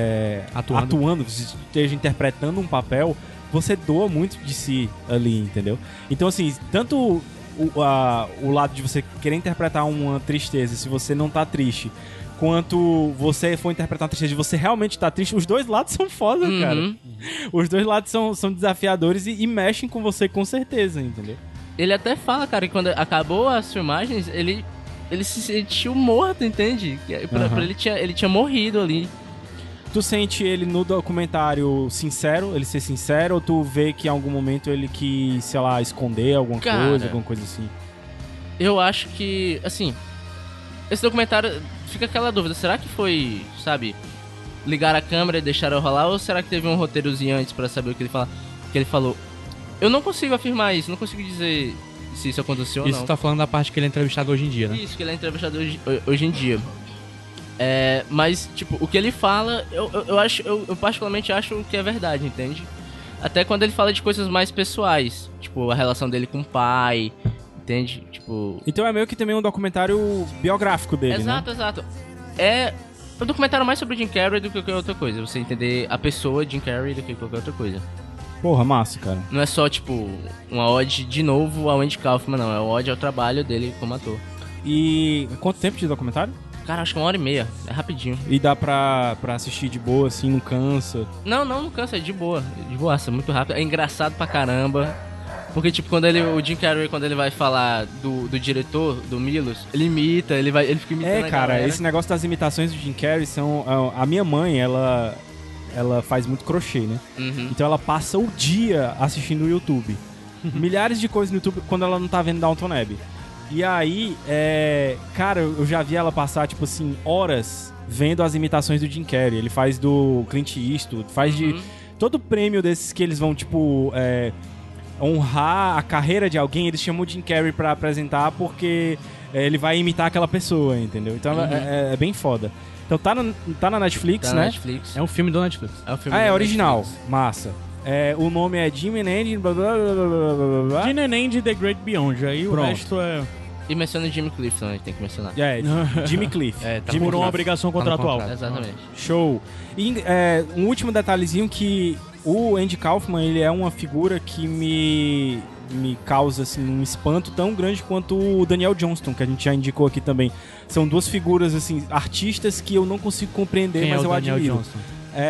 atuando, você esteja interpretando um papel, você doa muito de si ali, entendeu? Então, assim, tanto o lado de você querer interpretar uma tristeza, se você não tá triste, quanto você for interpretar uma tristeza e você realmente tá triste, os dois lados são foda, cara. Os dois lados são desafiadores e mexem com você com certeza, entendeu? Ele até fala, cara, que quando acabou as filmagens, ele se sentiu morto, entende? Pra ele tinha morrido ali. Tu sente ele no documentário sincero, ele ser sincero, ou tu vê que em algum momento ele quis, sei lá, esconder alguma coisa assim? Eu acho que, assim, esse documentário fica aquela dúvida, será que foi, sabe, ligar a câmera e deixar eu rolar, ou será que teve um roteirozinho antes pra saber o que ele falou? Eu não consigo afirmar isso, não consigo dizer se isso aconteceu ou Isso não. tá falando da parte que ele é entrevistado hoje em dia, né? Isso, que ele é entrevistado hoje em dia. Mas, tipo, o que ele fala, eu particularmente acho que é verdade, entende? Até quando ele fala de coisas mais pessoais, tipo, a relação dele com o pai, entende? Tipo... Então é meio que também um documentário biográfico dele, Exato, exato. É um documentário mais sobre o Jim Carrey do que qualquer outra coisa. Você entender a pessoa Jim Carrey do que qualquer outra coisa. Porra, massa, cara. Não é só, tipo, uma ode de novo ao Andy Kaufman, não. É uma ode ao trabalho dele como ator. E quanto tempo de documentário? Cara, acho que 1h30. É rapidinho. E dá pra assistir de boa, assim, não cansa? Não cansa. É de boa. De boaça, muito rápido. É engraçado pra caramba. Porque, tipo, quando o Jim Carrey, quando ele vai falar do diretor, do Milos, ele imita, ele fica imitando a cara, galera. esse negócio das imitações do Jim Carrey são... A minha mãe, ela faz muito crochê, né? Uhum. Então ela passa o dia assistindo o YouTube. Milhares de coisas no YouTube quando ela não tá vendo Downton Abbey. E aí, cara, eu já vi ela passar, tipo assim, horas vendo as imitações do Jim Carrey. Ele faz do Clint Eastwood, faz de... Todo prêmio desses que eles vão, tipo... honrar a carreira de alguém, eles chamam o Jim Carrey pra apresentar porque ele vai imitar aquela pessoa, entendeu? Então é bem foda. Então tá na Netflix, Tá né? na Netflix. É um filme do Netflix. É um filme É da original. Netflix. Massa. O nome é Jim and Andy, blá blá blá blá blá blá. Gene and Andy The Great Beyond. Aí o Pronto. resto é... E menciona o Jimmy Clifton, a gente tem que mencionar. Jimmy Cliff. Tá Por no uma contrato. obrigação Tá no contratual. contrato. Exatamente. Show. E um último detalhezinho que o Andy Kaufman, ele é uma figura que me causa assim, um espanto tão grande quanto o Daniel Johnston, que a gente já indicou aqui também. São duas figuras, assim, artistas que eu não consigo compreender, Quem mas é o eu Daniel admiro. Johnston?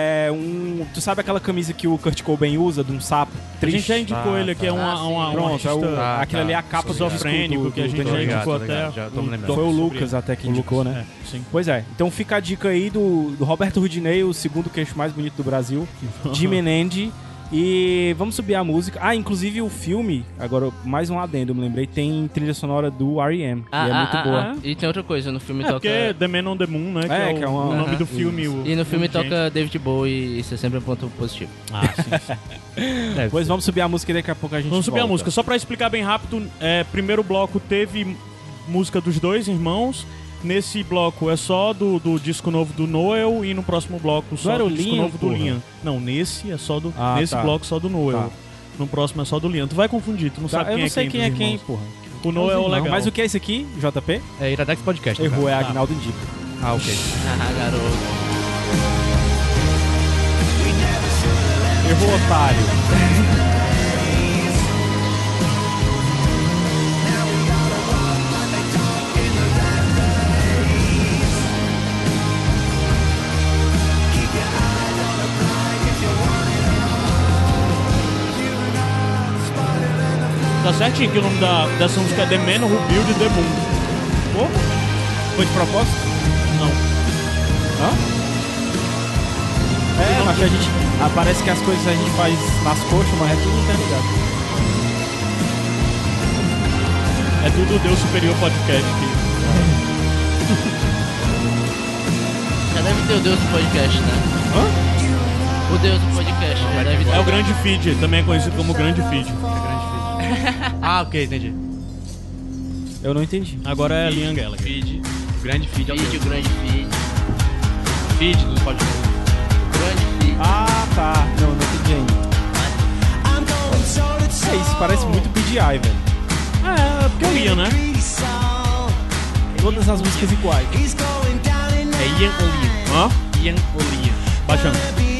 Tu sabe aquela camisa que o Kurt Cobain usa, de um sapo A triste? gente já indicou ele aqui, é um Pronto, artista aquilo ali é a capa do esquizofrênico disco que a gente do já Daniel indicou Johnston. até. Já tô me lembrando. Foi o sobre Lucas até que o indicou, Lucas, né? Sim. Pois é, então fica a dica aí do Roberto Rudinei, o segundo queixo mais bonito do Brasil, Jim and Andy. E vamos subir a música. Inclusive o filme, agora mais um adendo, me lembrei, tem trilha sonora do R.E.M. e é muito boa. E tem outra coisa, no filme É toca... porque The Man on the Moon, né? Que é o nome do filme. E no filme toca David Bowie, e isso é sempre um ponto positivo. Sim. Pois vamos subir a música e daqui a pouco a gente Vamos subir a volta. música. Só pra explicar bem rápido, primeiro bloco teve música dos dois irmãos. Nesse bloco é só do disco novo do Noel e no próximo bloco só era do o disco Liam, novo do porra? Liam. Não, nesse é só do... nesse tá. bloco só do Noel. Tá. No próximo é só do Liam. Tu vai confundir, tu não sabe Eu quem não é sei quem é dos quem, irmãos. porra. O Noel é o legal. Mas o que é isso aqui, JP? É Iradex Podcast. Errou, é Tá. Agnaldo Indica. Ah, ok. Garoto. Errou, otário. Tá certinho que o nome dessa música é The Man Who Built the Moon. Pô, foi de propósito? Não. Hã? Mas a gente... parece que as coisas a gente faz nas coxas, mas é tudo interligado. É tudo Deus Superior Podcast. Já deve ter o Deus do podcast, né? O Deus do podcast, já deve ter. É o Grande Feed, também é conhecido como Grande Feed. Ah, ok, entendi. Eu não entendi. Agora é Liam Gallagher. Feed. O grande feed é o Vídeo, grande feed. feed do podcast. Grande feed. Tá. Não entendi ainda. Isso parece muito PGI, velho. É porque é o Liam, né? Todas as músicas iguais. É Ian ou Liam? Hã? Ian ou Liam? Baixando.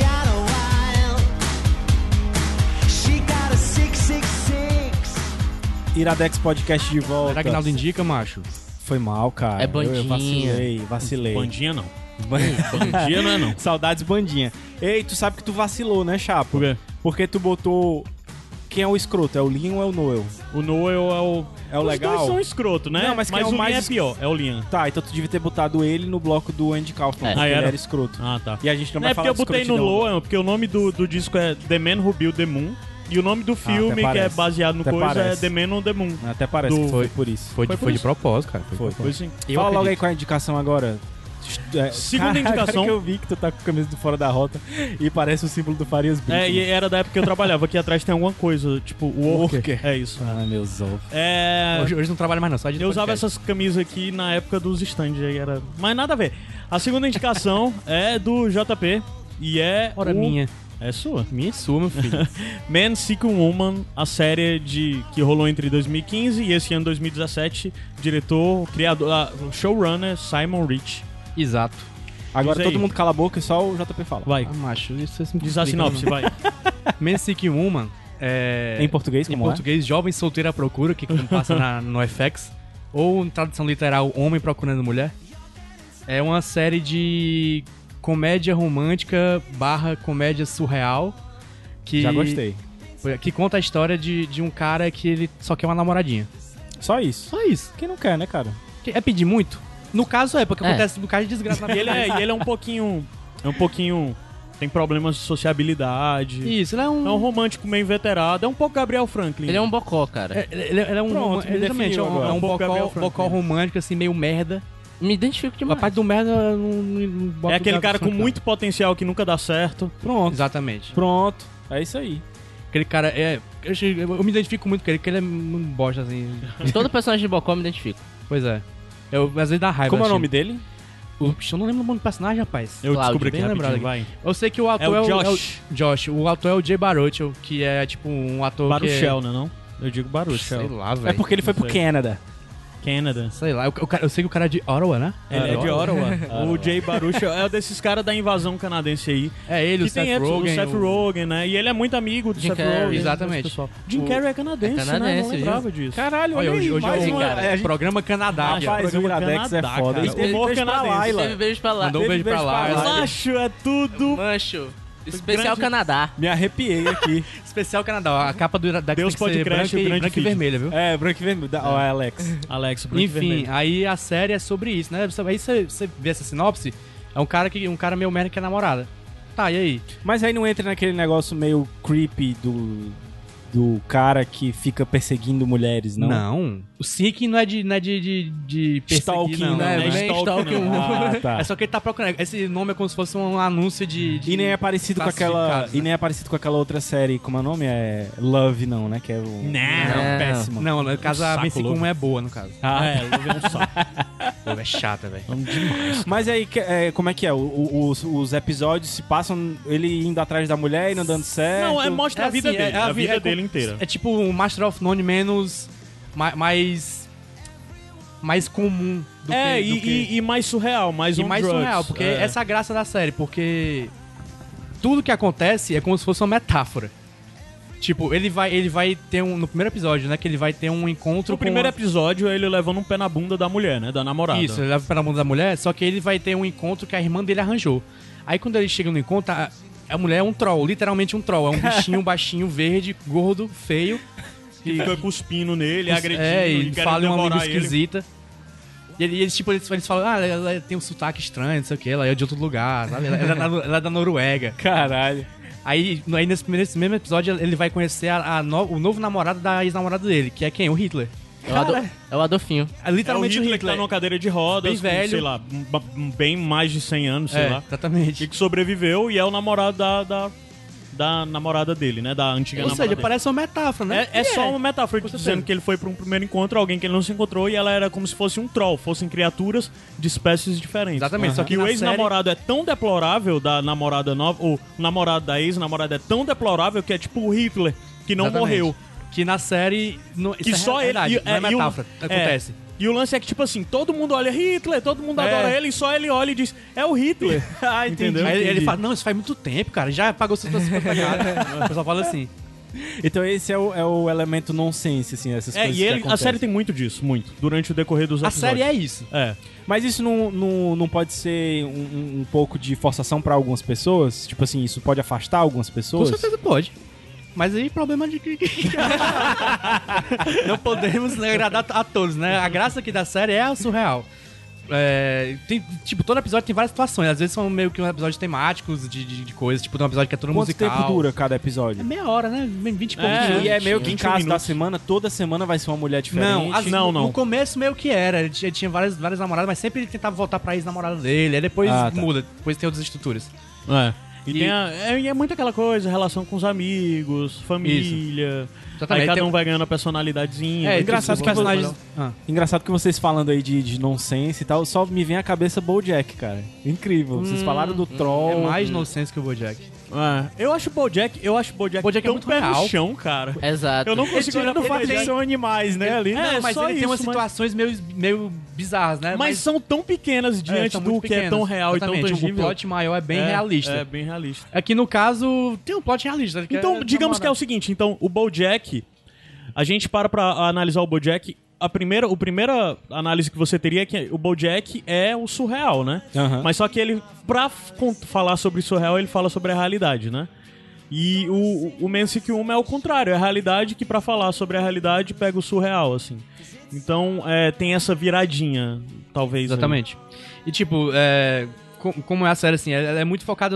Iradex Podcast de volta. Será que Agnaldo indica, macho? Foi mal, cara. É bandinha. Eu vacilei. Bandinha não. Bandinha não é não. Saudades bandinha. Ei, tu sabe que tu vacilou, né, Chapa? Por quê? Porque tu botou... Quem é o escroto? É o Liam ou é o Noel? O Noel é o... É o Os legal? dois são escroto, né? Não, mas quem é o o Liam mais é pior, é o Liam. Tá, então tu devia ter botado ele no bloco do Andy Kaufman, porque ele era? era escroto. Ah, tá. E a gente não vai É porque falar eu botei no Noel, porque o nome do disco é The Man Who Built the Moon. E o nome do filme, até que é parece. baseado no Até coisa, parece. é The Man on the Moon. Até parece Do- que foi por isso. Foi por de isso. propósito, cara. Foi. Foi sim. Eu Fala logo aí acredito. com a indicação agora, Segunda indicação. Que eu vi que tu tá com a camisa do Fora da Rota e parece o símbolo do Farias Brito. E era da época que eu trabalhava. Aqui atrás tem alguma coisa, tipo, worker. É isso. Ah, meus ovos. Hoje não trabalho mais não, só de Eu usava essas camisas aqui na época dos stands, aí era... Mas nada a ver. A segunda indicação é do JP e é minha. É sua. Minha e sua, meu filho. Man Seeking Woman, a série que rolou entre 2015 e esse ano 2017. Diretor, criador, showrunner Simon Rich. Exato. Agora todo mundo cala a boca e só o JP fala. Vai. Macho, isso me Diz a sinopse, vai. Man Seeking Woman Em português, como Em português, Jovem Solteiro à Procura, que passa no FX. Ou em tradução literal, Homem Procurando Mulher. É uma série de comédia romântica / comédia surreal. Que, já gostei. Que conta a história de um cara que ele só quer uma namoradinha. Só isso? Só isso. Quem não quer, né, cara? É pedir muito? No caso porque acontece um bocado de desgraça na vida. E ele é um pouquinho... Tem problemas de sociabilidade. Isso, ele é um... É um romântico meio inveterado. É um pouco Gabriel Franklin. Ele é um bocó, cara. Ele é um... Pronto, exatamente, é um bocó romântico, assim, meio merda. Me identifico demais. A parte do merda não bota É aquele o cara com Franklin. muito potencial que nunca dá certo. Pronto. Exatamente. Pronto. É isso aí. Aquele cara eu me identifico muito com ele, porque ele é um bosta, assim. Todo personagem de bocó eu me identifico. Pois é. Às vezes dá raiva. Como é o assim. nome dele? Eu não lembro o nome do personagem, rapaz. Eu Cláudio, descobri aqui bem rapidinho, lembrado vai. Eu sei que o ator É o Josh. Josh. O ator é o Jay Baruchel, que é tipo um ator Baruchel, né, não? Eu digo Sei Baruchel. lá, velho. É porque ele foi pro Não sei. Canadá. Canada. Sei lá, eu sei que o cara é de Ottawa, né? Ele é de Ottawa. O Jay Baruchel é desses caras da invasão canadense aí. É ele, Que o tem Seth Rogen. o Seth Rogen, né? E ele é muito amigo do Jim Seth Carrey. Rogen. Exatamente. desse pessoal. Jim Carrey é canadense, né? canadense, Não lembrava disso. Caralho, Olha, olha aí, hoje mais é uma... cara. a gente Programa Canadá. Ah, faz o programa Iradex, é Canadá, foda. cara. Ele teve beijo pra canadense. Laila. Teve beijo pra lá. Mandou um beijo pra lá. Laila. Macho, é tudo... Mancho. Especial grande- Canadá. Me arrepiei aqui. Especial Canadá. A capa da Deus tem que ser Podcast, o grande branca e feed. vermelha, viu? É, branco e vermelho. Ó, Alex. Alex, branco e Enfim, vermelho. aí a série é sobre isso, né? Aí você vê essa sinopse, é um cara meio merda que é namorada. Tá, e aí? Mas aí não entra naquele negócio meio creepy do cara que fica perseguindo mulheres, não? Não. O Seeking não é de perseguir, Stalking, não. não, É, né? bem Stalking, Stalking. não. Ah, tá. É só que ele tá procurando. Esse nome é como se fosse um anúncio de E nem é parecido com aquela. classificados, né? E nem é parecido com aquela outra série, como é o nome? É Love, não, né? Que é o. Não. péssimo. Não, no caso a saco Man Seeking louco. 1 é boa, no caso. Ah, É, Love é um saco. Pô, é chata, velho. Vamos demais. Mas aí, como é que é? Os episódios se passam ele indo atrás da mulher e não dando certo. Não, mostra a vida assim, dele. A vida dele inteira. É tipo um Master of None menos... mais comum do que... E mais surreal, mais E on mais drugs. surreal, porque É. essa é a graça da série, porque tudo que acontece é como se fosse uma metáfora. Tipo, ele vai ter no primeiro episódio, né, que ele vai ter um encontro No primeiro com... episódio, ele levando um pé na bunda da mulher, né? Da namorada. Isso, ele leva pela mão da mulher, só que ele vai ter um encontro que a irmã dele arranjou. Aí quando ele chega no encontro, a mulher é um troll, literalmente um troll. É um bichinho baixinho, verde, gordo, feio. Que fica cuspindo nele, agredindo E querendo fala uma língua devorar ele. esquisita. E eles falam, ela tem um sotaque estranho, não sei o que, ela é de outro lugar, sabe? Ela é da Noruega. Caralho. Aí nesse mesmo episódio, ele vai conhecer o novo namorado da ex-namorada dele, que é quem? O Hitler. É o Adolfinho. É literalmente é o o Hitler Hitler. que tá numa cadeira de rodas, Bem com, velho. sei lá, bem mais de 100 anos, sei lá. Exatamente. E que sobreviveu e é o namorado da namorada dele, né? Da antiga Ou namorada seja, dele. parece uma metáfora, né? É só uma metáfora, Com certeza. dizendo que ele foi pra um primeiro encontro, alguém que ele não se encontrou, e ela era como se fosse um troll, fossem criaturas de espécies diferentes. Exatamente, só que E o na ex-namorado é tão deplorável da namorada nova, o namorado da ex-namorada é tão deplorável que é tipo o Hitler, que não Exatamente. morreu. Que na série... Que só ele... verdade, não é e o- metáfora, acontece. E o lance é que, tipo assim, todo mundo olha Hitler, todo mundo adora ele, e só ele olha e diz, é o Hitler. Ah, Entendeu? Aí ele entendi. fala, não, isso faz muito tempo, cara, já pagou suas pegadas. O pessoal fala assim. Então esse é o elemento nonsense, assim, essas coisas E que a acontecem. série tem muito disso, muito, durante o decorrer dos A episódios. série é isso. É. Mas isso não pode ser um pouco de forçação pra algumas pessoas? Tipo assim, isso pode afastar algumas Com pessoas? certeza pode. Mas aí, problema de que... Não podemos agradar a todos, né? A graça aqui da série é a surreal. tem, tipo, todo episódio tem várias situações. Às vezes são meio que episódios temáticos de coisas. Tipo, tem um episódio que é todo musical. Quanto tempo dura cada episódio? É meia hora, né? 20 e poucos E minutos. é meio que em 20 caso da minutos. semana, toda semana vai ser uma mulher diferente. Não. No começo meio que era. Ele tinha várias namoradas, mas sempre ele tentava voltar pra ex-namorada dele. Aí depois muda. Depois tem outras estruturas. E é muito aquela coisa, relação com os amigos, família. Exatamente. Aí cada um vai ganhando a personalidadezinha. Engraçado os que personagens... Engraçado que vocês falando aí de nonsense e tal, só me vem à cabeça BoJack, cara. Incrível. Vocês falaram do Troll. É mais nonsense que o BoJack. Eu acho o BoJack BoJack tão é muito pé real. no chão, cara. Exato. Eu não consigo olhar pra Eles BoJack. são animais, né, ali. Não, mas só ele tem umas isso, mas- situações meio bizarras, né? Mas são tão pequenas diante são do muito que é tão pequenas. real e tão Exatamente. tangível. O plot maior é bem realista. É bem realista. Aqui no caso, tem um plot realista. Então, digamos que é o seguinte, então, o BoJack, a gente para analisar o BoJack, a primeira análise que você teria é que o BoJack é o surreal, né? Aham. Mas só que ele, falar sobre o surreal, ele fala sobre a realidade, né? E o Man Sick 1 é o contrário, é a realidade que pra falar sobre a realidade pega o surreal, assim. Então, tem essa viradinha, talvez. Exatamente. E tipo, como é a série assim, ela é muito focada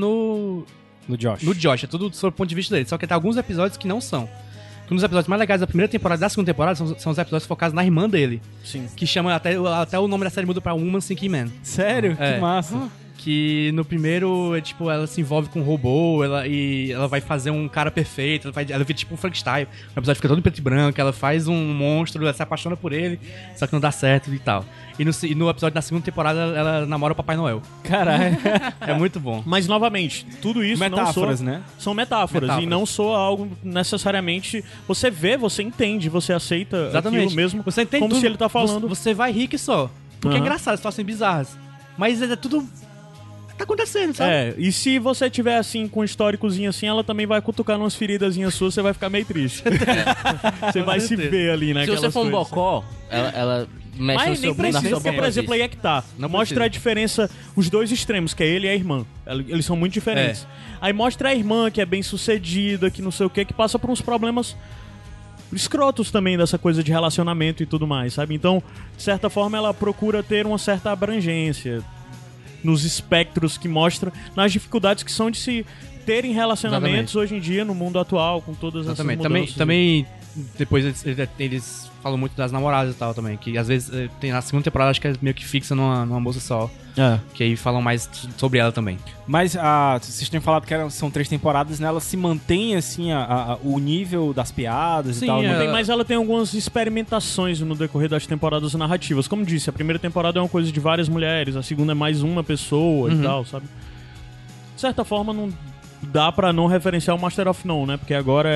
no Josh. Josh, é tudo sob o ponto de vista dele. Só que tem alguns episódios que não são. Um dos episódios mais legais da primeira temporada e da segunda temporada são os episódios focados na irmã dele. Sim. Que chama até o nome da série muda pra Woman Sinking Man. Sério? É. Que massa. Que no primeiro, ela se envolve com um robô, ela vai fazer um cara perfeito, ela vira tipo um Frankenstein. O episódio fica todo em preto e branco, ela faz um monstro, ela se apaixona por ele, só que não dá certo e tal. E no episódio da segunda temporada, ela namora o Papai Noel. Caralho. É muito bom. Mas, novamente, tudo isso Metáforas, não né? são metáforas. E não soa algo necessariamente... Você vê, você entende, você aceita Exatamente. aquilo mesmo Você entende como tudo. se ele tá falando. Você vai rir que só. Porque é engraçado, situações bizarras. Mas é tudo... Tá acontecendo, sabe? E se você tiver assim, com um históricozinho assim, ela também vai cutucar umas feridazinhas suas, você vai ficar meio triste. Você vai se ver ali, né? Se você for um bocó, ela mexe no Mas seu nem precisa, na porque, por exemplo, aí é que tá. Não Mostra precisa. a diferença, os dois extremos, que é ele e a irmã. Eles são muito diferentes. Aí mostra a irmã, que é bem sucedida, que não sei o que passa por uns problemas escrotos também dessa coisa de relacionamento e tudo mais, sabe? Então, de certa forma, ela procura ter uma certa abrangência nos espectros que mostra, nas dificuldades que são de se terem relacionamentos hoje em dia, no mundo atual, com todas essas mudanças. Também depois eles falam muito das namoradas e tal também, que às vezes tem na segunda temporada, acho que é meio que fixa numa moça só. Que aí falam mais sobre ela também. Mas vocês têm falado que são 3 temporadas, né? Ela se mantém, assim, o nível das piadas e tal. Não tem, mas ela tem algumas experimentações no decorrer das temporadas narrativas. Como disse, a primeira temporada é uma coisa de várias mulheres, a segunda é mais uma pessoa e tal, sabe? De certa forma, não dá pra não referenciar o Master of None, né? Porque agora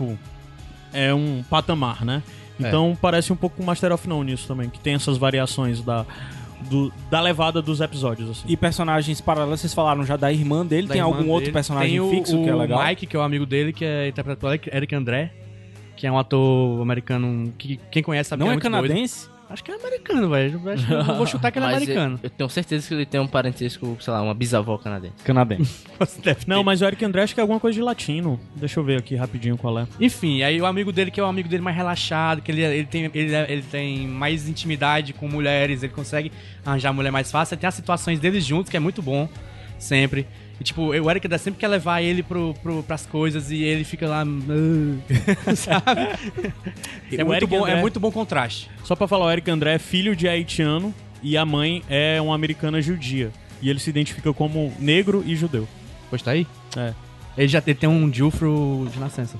é um patamar, né? Então parece um pouco com o Master of None nisso também, que tem essas variações da levada dos episódios, assim. E personagens paralelos, vocês falaram já da irmã dele, tem algum outro personagem fixo que é legal? Tem o Mike, que é o amigo dele, que é interpretado pelo Eric André, que é um ator americano que quem conhece sabe que Não é é muito canadense? doido. Acho que é americano, velho. Eu vou chutar que ele é Mas americano. eu tenho certeza que ele tem um parentesco, sei lá, uma bisavó canadense. Canadense. Não, mas o Eric André acho que é alguma coisa de latino. Deixa eu ver aqui rapidinho qual é. Enfim, aí o amigo dele, que é o amigo dele mais relaxado, que ele tem mais intimidade com mulheres, ele consegue arranjar a mulher mais fácil. Tem as situações deles juntos, que é muito bom, sempre. E tipo, o Eric sempre quer levar ele pras coisas e ele fica lá... sabe? É muito bom, é muito bom contraste. Só pra falar, o Eric André é filho de haitiano e a mãe é uma americana judia. E ele se identifica como negro e judeu. Pois tá aí? É. Ele tem um Jufro de nascença.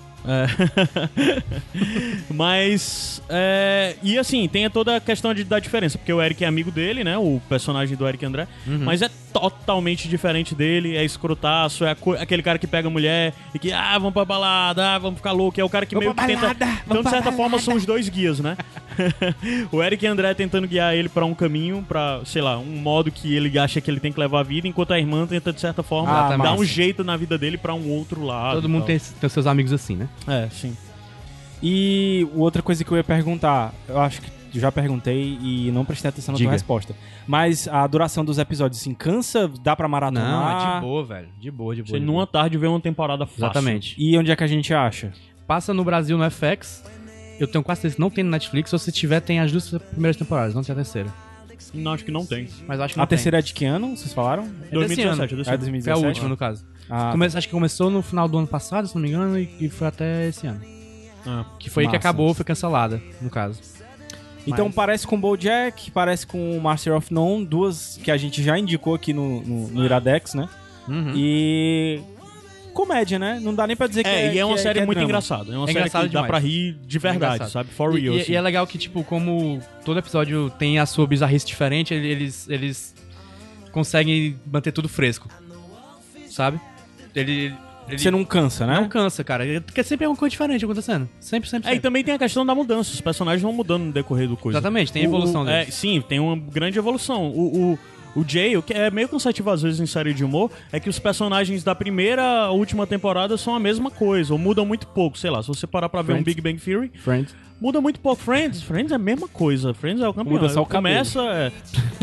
Mas e assim, tem toda a questão da diferença, porque o Eric é amigo dele, né, o personagem do Eric André, mas é totalmente diferente dele, é escrotaço, é aquele cara que pega a mulher e que vamos pra balada, vamos ficar louco, é o cara que meio que tenta, então de certa forma são os dois guias, né? O Eric André tentando guiar ele pra um caminho, pra, sei lá, um modo que ele acha que ele tem que levar a vida, enquanto a irmã tenta de certa forma dar um jeito na vida dele pra um outro lado. Todo mundo tem os seus amigos assim, né? Sim. E outra coisa que eu ia perguntar, eu acho que já perguntei e não prestei atenção na tua resposta. Mas a duração dos episódios, assim, cansa? Dá pra maratonar? Não, é de boa, velho. De boa. Você numa tarde vê uma temporada fácil. Exatamente. E onde é que a gente acha? Passa no Brasil no FX. Eu tenho quase certeza que não tem no Netflix. Ou se tiver, tem as 2 primeiras temporadas, não tem a terceira. Netflix? Não, acho que não tem. Mas acho que não A terceira é de que ano, vocês falaram? É desse ano. 2017. É 2017. Foi a última, no caso. Acho que começou no final do ano passado, se não me engano, e foi até esse ano. Que foi aí que Massa. acabou, foi cancelada, no caso. Então Mas- parece com BoJack, parece com Master of None, duas que a gente já indicou aqui no Iradex, né? Uhum. E... comédia, né? Não dá nem pra dizer que é E é uma que série que muito drama. engraçada. É uma série engraçado que dá demais. pra rir de verdade, engraçado. sabe? For real. E assim. é legal que, tipo, como todo episódio tem a sua bizarrice diferente, eles conseguem manter tudo fresco. Sabe? Ele Você não cansa, né? não cansa, cara. Porque sempre é uma coisa diferente acontecendo. Sempre. E também tem a questão da mudança. Os personagens vão mudando no decorrer do coisa. Exatamente, tem a evolução deles. Sim, tem uma grande evolução. O Jay, o que é meio cansativo às vezes em série de humor, é que os personagens da primeira à última temporada são a mesma coisa, ou mudam muito pouco. Sei lá, se você parar pra ver um Big Bang Theory, Friends. muda muito pouco. Friends é a mesma coisa. Friends é o campeão. Muda só o cabelo. Começa...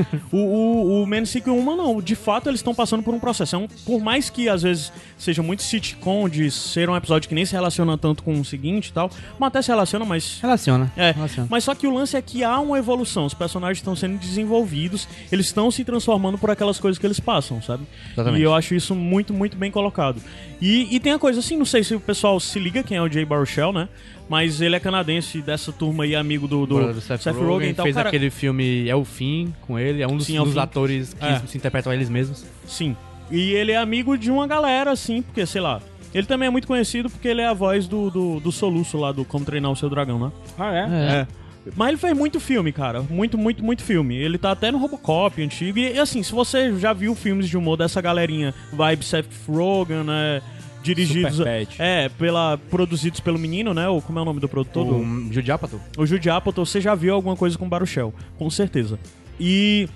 o Man Sick Uma não. De fato, eles estão passando por um processo. Por mais que às vezes seja muito sitcom de ser um episódio que nem se relaciona tanto com o seguinte e tal, mas até se relaciona, mas... Relaciona. Mas só que o lance é que há uma evolução. Os personagens estão sendo desenvolvidos, eles estão se transformando por aquelas coisas que eles passam, sabe? Exatamente. E eu acho isso muito, muito bem colocado. E tem a coisa assim, não sei se o pessoal se liga quem é o Jay Baruchel, né? Mas ele é canadense, dessa turma aí, amigo do Seth Seth Rogen Rogen e tal. fez Cara, aquele filme É o Fim com ele, é um dos, Sim, É o dos Fim. atores que se interpretam eles mesmos. Sim. E ele é amigo de uma galera, assim, porque, sei lá... Ele também é muito conhecido porque ele é a voz do Soluço lá, do Como Treinar o Seu Dragão, né? Ah, é? Mas ele fez muito filme, cara. Muito, muito, muito filme. Ele tá até no Robocop antigo. E assim, se você já viu filmes de humor dessa galerinha, vibe Seth Rogen, né? Dirigidos... Superbad. Produzidos pelo menino, né? Ou como é o nome do produtor? O Judd Apatow. O Judd Apatow, você já viu alguma coisa com o Baruchel. Com certeza. E...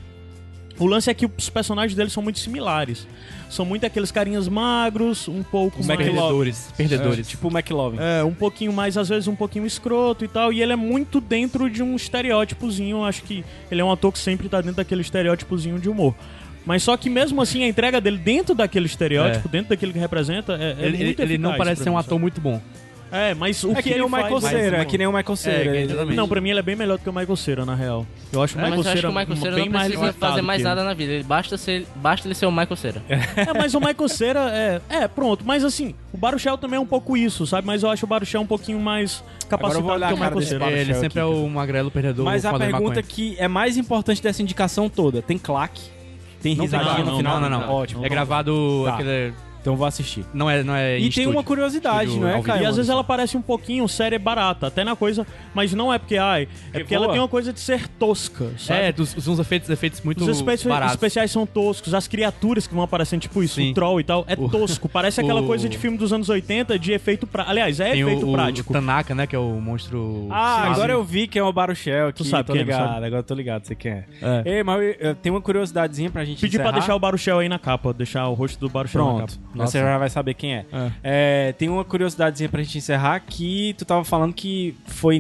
o lance é que os personagens deles são muito similares. São muito aqueles carinhas magros, um pouco mais... Perdedores. Tipo o McLovin. Um pouquinho mais, às vezes um pouquinho escroto e tal. E ele é muito dentro de um estereótipozinho. Acho que ele é um ator que sempre tá dentro daquele estereótipozinho de humor. Mas só que mesmo assim a entrega dele dentro daquele estereótipo, dentro daquilo que representa, Ele não parece ser um ator muito bom. Mas o É que que nem ele o Michael faz... Cera, é que nem o Michael Cera. exatamente. Não, pra mim ele é bem melhor do que o Michael Cera, na real. Eu acho o Michael Mas eu acho que Cera o Michael Cera bem não mais precisa limitado fazer mais que ele. nada na vida. Ele basta ele ser o Michael Cera. Mas o Michael Cera pronto. Mas assim, o Baruchel também é um pouco isso, sabe? Mas eu acho o Baruchel um pouquinho mais Agora eu vou capacitado olhar que o a cara Michael desse Cera. Baruchel Ele sempre aqui, é o magrelo perdedor. Mas a fazendo pergunta maconha. que é mais importante dessa indicação toda, tem claque? Tem Não tem risadinha não, no final? não. Ótimo. É gravado Tá. aquele... Então vou assistir. Não é E em tem estúdio. uma curiosidade, Estúdio não é, ao vivo. Caio? E às vezes ela parece um pouquinho série barata, até na coisa, mas não é porque, é porque ela boa. tem uma coisa de ser tosca, sabe? Uns efeitos muito Os efeitos baratos. especiais são toscos, as criaturas que vão aparecendo, tipo isso, Sim. o troll e tal, é tosco. Parece aquela O- coisa de filme dos anos 80 de efeito prático. Aliás, é Tem efeito o prático. Tanaka, né, que é o monstro... Agora eu vi que é o Baruchel aqui, Tu sabe tô quem é, ligado. sabe? Agora eu tô ligado, você quer. É. Ei, mas eu tenho uma curiosidadezinha pra gente Pedi pra encerrar. deixar o Baruchel aí na capa, deixar o rosto do Baruchel na Pronto, capa. você já vai saber quem é. Tem uma curiosidadezinha pra gente encerrar, que tu tava falando que foi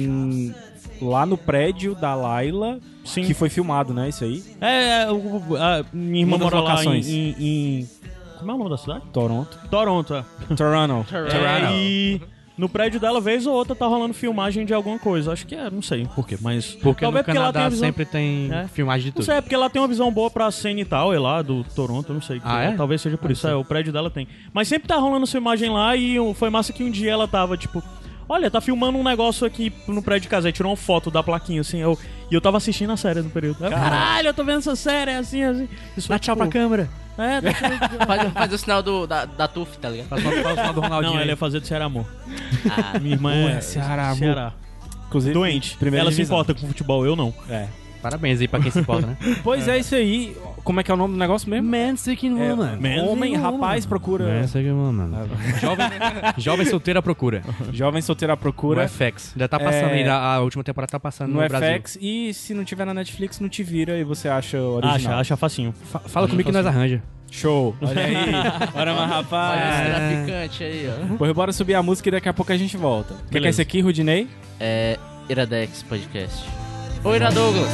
lá no prédio da Laila que foi filmado, né, isso aí? A minha irmã Uma das mora lá locações. em... Como é o nome da cidade? Toronto. Toronto, é. Toronto. E no prédio dela, vez ou outra, tá rolando filmagem de alguma coisa. Acho que não sei por quê, mas... Porque talvez no ela tenha Canadá visão... sempre tem filmagem de Não tudo. sei, é porque ela tem uma visão boa pra cena e tal, é lá do Toronto, eu não sei. Ah, é? Talvez seja por isso, o prédio dela tem. Mas sempre tá rolando filmagem lá e foi massa que um dia ela tava, tipo... Olha, tá filmando um negócio aqui no prédio de casa. Aí tirou uma foto da plaquinha, assim. E eu tava assistindo a série no período. Caralho, eu tô vendo essa série, assim. Isso Dá tchau pra câmera. dá tchau. Faz o sinal da TUF, tá ligado? Faz o sinal do Ronaldinho. Não, aí. ela ia fazer do Ceará Amor. Ah, Minha irmã é Ceará, amor. Ceará. Inclusive, Doente. primeira Ela se divisão. importa com futebol, eu não. Parabéns aí pra quem se importa, né? Pois é isso aí. Como é que é o nome do negócio mesmo? Man Seeking Woman. Homem, rapaz, procura. Man Seeking Woman. Jovem solteira procura. Jovem solteiro à procura. No FX. Já tá passando aí, a última temporada tá passando no, No Brasil. FX. E se não tiver na Netflix, não te vira e você acha original. Acha facinho. Fala comigo que nós arranja. Show. Olha aí. Bora, mas olha rapaz. esse traficante aí, ó. Pois bora subir a música e daqui a pouco a gente volta. O que é esse aqui, Rudinei? É Iradex Podcast. Oi, Ira Douglas.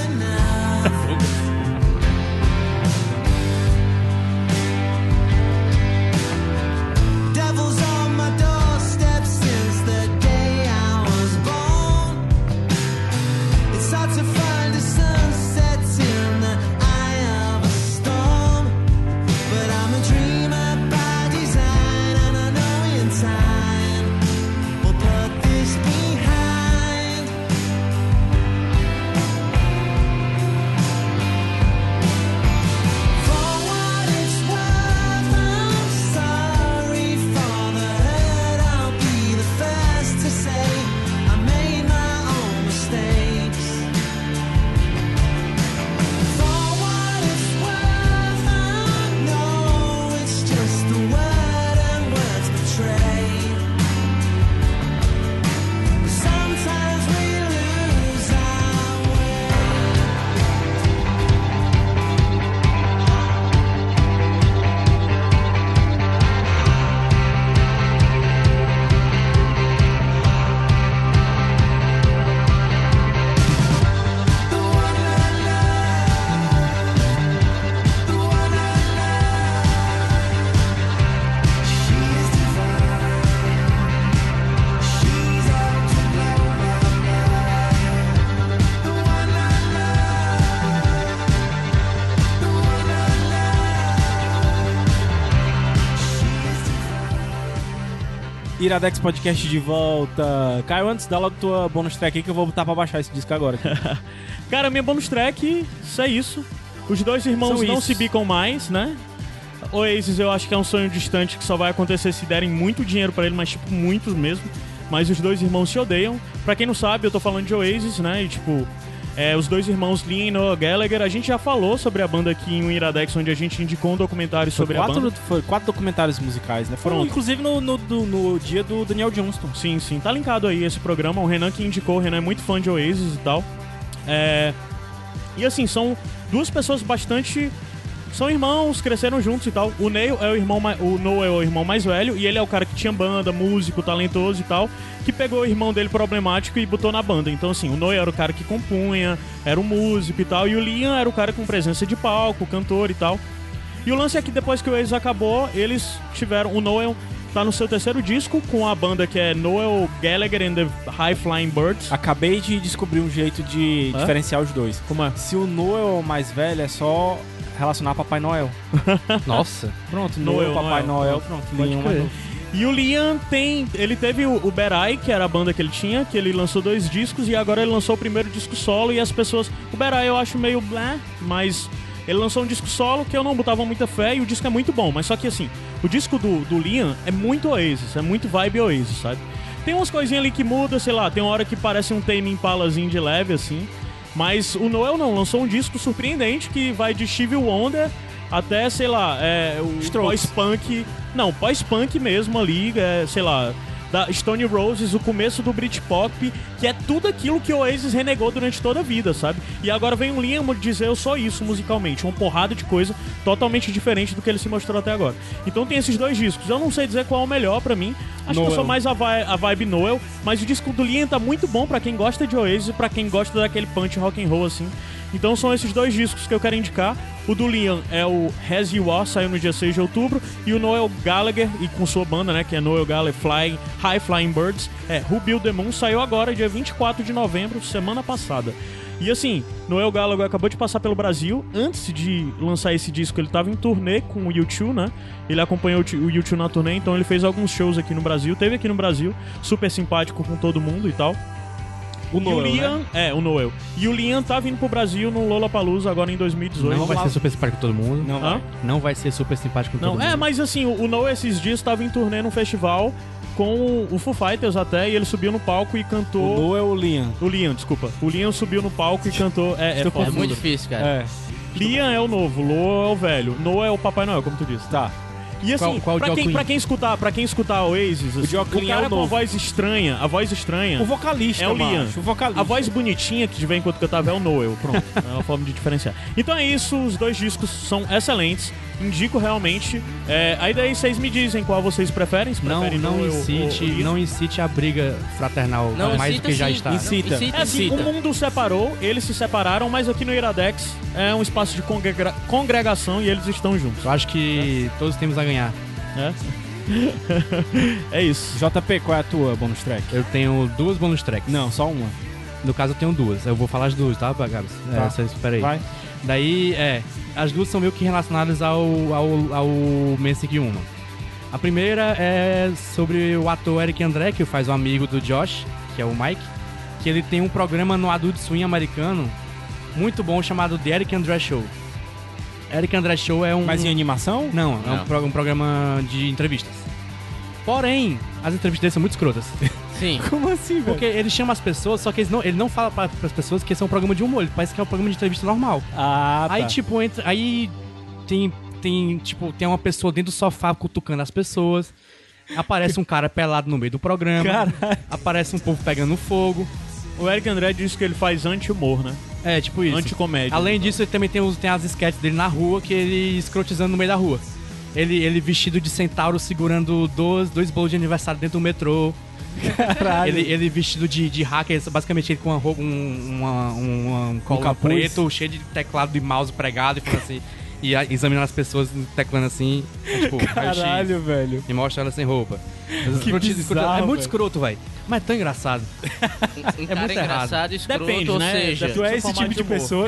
Devil's on my doorstep since the day I was born. It's hard to find a sunset in Iradex Podcast de volta. Caio, antes dá logo tua bonus track aí que eu vou botar pra baixar esse disco agora. Cara, minha bonus track, isso é isso. Os dois irmãos São não isso. se bicam mais, né? Oasis eu acho que é um sonho distante que só vai acontecer se derem muito dinheiro pra ele, mas tipo, muitos mesmo. Mas os dois irmãos se odeiam. Pra quem não sabe, eu tô falando de Oasis, né? E tipo, os dois irmãos Liam e Noel Gallagher, a gente já falou sobre a banda aqui em um Iradex, onde a gente indicou um documentário sobre a banda. Foi 4 documentários musicais, né? Foram Pronto. inclusive no dia do Daniel Johnston. Sim, tá linkado aí esse programa. O Renan que indicou, o Renan é muito fã de Oasis e tal. E assim, são duas pessoas bastante... São irmãos, cresceram juntos e tal. O Noel é o irmão mais velho e ele é o cara que tinha banda, músico, talentoso e tal, que pegou o irmão dele problemático e botou na banda. Então assim, o Noel era o cara que compunha, era um músico e tal, e o Liam era o cara com presença de palco, cantor e tal. E o lance é que depois que o Oasis acabou, eles tiveram... O Noel tá no seu terceiro disco com a banda que é Noel Gallagher and the High Flying Birds. Acabei de descobrir um jeito de diferenciar os dois. Como é? Se o Noel é o mais velho, é só relacionar a Papai Noel. Nossa. Pronto, Noel, Papai Noel, pronto. Liam mais novo. E o Liam ele teve o Berai, que era a banda que ele tinha, que ele lançou 2 discos e agora ele lançou o primeiro disco solo e as pessoas... O Berai eu acho meio blé, mas ele lançou um disco solo que eu não botava muita fé e o disco é muito bom, mas só que assim, o disco do Liam é muito Oasis, é muito vibe Oasis, sabe? Tem umas coisinhas ali que mudam, sei lá, tem uma hora que parece um Tame Impalazinho de leve, assim, mas o Noel não, lançou um disco surpreendente que vai de Stevie Wonder até, sei lá, o pós-punk... Não, pós-punk mesmo ali, sei lá, da Stone Roses, o começo do Britpop, que é tudo aquilo que o Oasis renegou durante toda a vida, sabe? E agora vem o Liam dizer eu sou isso musicalmente, uma porrada de coisa totalmente diferente do que ele se mostrou até agora. Então tem esses 2 discos, eu não sei dizer qual é o melhor pra mim, acho que eu sou mais a vibe Noel, mas o disco do Liam tá muito bom pra quem gosta de Oasis e pra quem gosta daquele punch rock and roll assim. Então são esses 2 discos que eu quero indicar. O do Liam é o As You Are, saiu no dia 6 de outubro. E o Noel Gallagher, e com sua banda, né, que é Noel Gallagher High Flying Birds, Who Built the Moon, saiu agora, dia 24 de novembro, semana passada. E assim, Noel Gallagher acabou de passar pelo Brasil. Antes de lançar esse disco, ele estava em turnê com o U2, né? Ele acompanhou o U2 na turnê, então ele fez alguns shows aqui no Brasil. Teve aqui no Brasil, super simpático com todo mundo e tal. O Liam, né? O Noel. E o Liam tá vindo pro Brasil no Lollapalooza agora em 2018. Não vai ser super simpático com todo mundo. Não vai ser super simpático com todo mundo. Mas assim, o Noel esses dias tava em turnê num festival com o Foo Fighters até, e ele subiu no palco e cantou... O Noel ou o Liam? O Liam, desculpa. O Liam subiu no palco e cantou... É muito difícil, cara. Liam é o novo, Lo é o velho. Noel é o Papai Noel, como tu disse. Tá. E assim, pra quem escutar Oasis, assim, o cara com a voz estranha, o vocalista é o Liam. O vocalista. A voz bonitinha que vem enquanto cantava é o Noel. Pronto, é uma forma de diferenciar. Então é isso, os 2 discos são excelentes. Indico realmente. Aí daí vocês me dizem qual vocês preferem. Não incite a briga fraternal mais do que já está. Incita. O mundo separou, eles se separaram, mas aqui no Iradex é um espaço de congregação e eles estão juntos. Eu acho que todos temos a ganhar. É isso. JP, qual é a tua bonus track? Eu tenho 2 bonus tracks. Não, só uma. No caso eu tenho 2. Eu vou falar as 2, tá, Gabs? Vocês espera aí. Vai. Daí, as 2 são meio que relacionadas ao Music Human. A primeira é sobre o ator Eric André, que faz o amigo do Josh, que é o Mike, que ele tem um programa no Adult Swim americano muito bom chamado The Eric André Show. Eric André Show é um... Mas em animação? Não, é um programa de entrevistas. Porém, as entrevistas dele são muito escrotas. Sim. Como assim, velho? Porque ele chama as pessoas, só que ele não fala para as pessoas que esse é um programa de humor. Ele parece que é um programa de entrevista normal. Ah, tá. Aí, tipo, aí tem uma pessoa dentro do sofá cutucando as pessoas. Aparece um cara pelado no meio do programa. Caralho. Aparece um povo pegando fogo. O Eric André disse que ele faz anti-humor, né? É, tipo isso. Anti-comédia. Além disso, ele também tem as sketches dele na rua, que ele escrotizando no meio da rua. Ele vestido de centauro segurando 2 bolos de aniversário dentro do metrô. Caralho. Ele vestido de hacker, basicamente ele com uma roupa, um colar preto, cheio de teclado e mouse pregado e falando assim, e examinando as pessoas teclando assim, tipo, caralho, velho. E mostra ela sem roupa. Que bizarro, é muito velho. escroto, velho. Mas é tão engraçado. Um cara muito engraçado, escroto, Depende, ou né? seja... Tu é esse tipo de pessoa?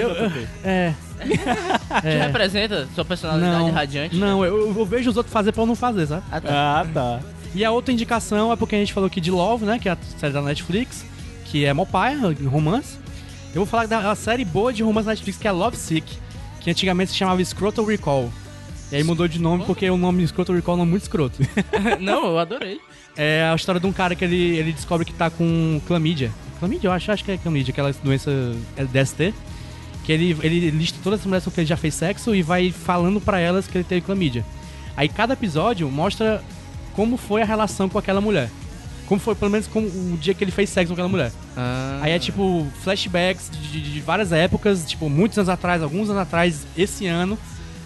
Te representa sua personalidade radiante? Não, eu vejo os outros fazer pra eu não fazer, sabe? Ah, tá. E a outra indicação é porque a gente falou aqui de Love, né? Que é a série da Netflix, que é Mopaia, romance. Eu vou falar da série boa de romance da Netflix, que é Love Sick, que antigamente se chamava Scrotal Recall. E aí mudou de nome porque o nome Scrotal Recall é um nome muito escroto. Não, eu adorei. É a história de um cara que ele descobre que tá com clamídia. Clamídia, eu acho que é clamídia, aquela doença DST. Que ele lista todas as mulheres com que ele já fez sexo e vai falando pra elas que ele teve clamídia. Aí cada episódio mostra como foi a relação com aquela mulher. Como foi, pelo menos, como o dia que ele fez sexo com aquela mulher. Aí é tipo flashbacks de várias épocas, tipo muitos anos atrás, alguns anos atrás, esse ano.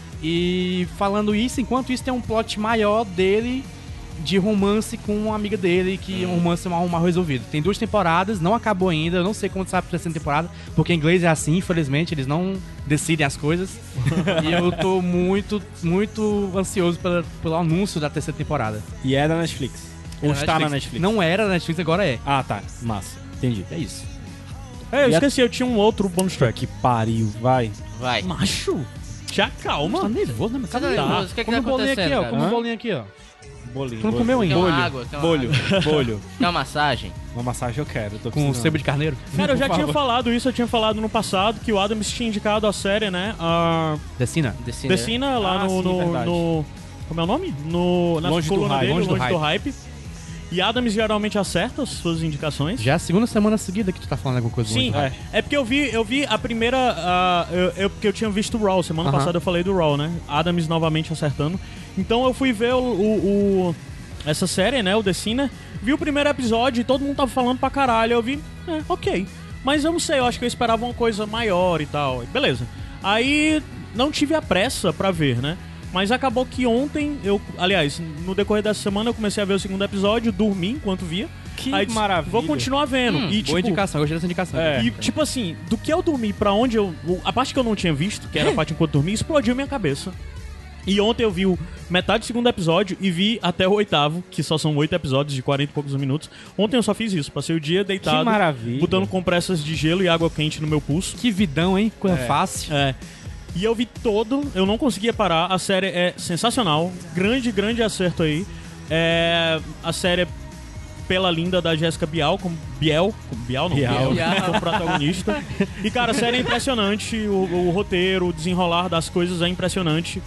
E falando isso, enquanto isso tem um plot maior dele de romance com uma amiga dele, que é um romance mal resolvido. Tem 2 temporadas, não acabou ainda, eu não sei quando sai a terceira temporada, porque em inglês é assim, infelizmente, eles não decidem as coisas. E eu tô muito, muito ansioso pelo anúncio da terceira temporada. E é da Netflix? Ou está na Netflix? Não era da Netflix, agora é. Ah, tá. Massa. Entendi. É isso. Eu esqueci, eu tinha um outro bonus track. Que pariu, vai. Vai. Macho, te acalma. Tá nervoso, né? Tá nervoso? O que é que tá Come um bolinho aqui, acontecendo, ó. cara? Come um bolinho aqui, ó. Bolinho. Tu não comeu ainda? Quer uma água? Quer uma Bolho. Bolho. Quer uma massagem? Uma massagem eu quero. Tô Com precisando. sebo de carneiro? Cara, eu já Por tinha favor. falado isso, eu tinha falado no passado que o Adams tinha indicado a série, né? A Decina. Decina. Decina lá Ah, sim, verdade. no. Como é o nome? Na Longe do coluna Hype. dele, Longe do Longe do Hype. E Adams geralmente acerta as suas indicações. Já é a segunda semana seguida que tu tá falando alguma coisa. Sim, muito. é porque eu vi a primeira. Porque eu tinha visto o Raw. Semana Aham. passada eu falei do Raw, né? Adams novamente acertando. Então eu fui ver essa série, né? O The Sinner. Vi o primeiro episódio e todo mundo tava falando pra caralho. Eu vi, ok. Mas eu não sei, eu acho que eu esperava uma coisa maior e tal. Beleza. Aí não tive a pressa pra ver, né? Mas acabou que ontem, aliás, no decorrer dessa semana eu comecei a ver o segundo episódio, dormi enquanto via. Que Aí disse, maravilha. vou continuar vendo. E, Boa indicação, eu gostei dessa indicação. E, tipo assim, do que eu dormi pra onde a parte que eu não tinha visto, que era a parte enquanto dormi, explodiu minha cabeça. E ontem eu vi metade do segundo episódio e vi até o 8º, que só são 8 episódios de 40 e poucos minutos. Ontem eu só fiz isso, passei o dia deitado, Que maravilha. botando compressas de gelo e água quente no meu pulso. Que vidão, hein? Coisa fácil. E eu vi todo, eu não conseguia parar. A série é sensacional, grande acerto aí. A série é pela linda da Jéssica Biel como protagonista. E cara, a série é impressionante, o roteiro, o desenrolar das coisas é impressionante.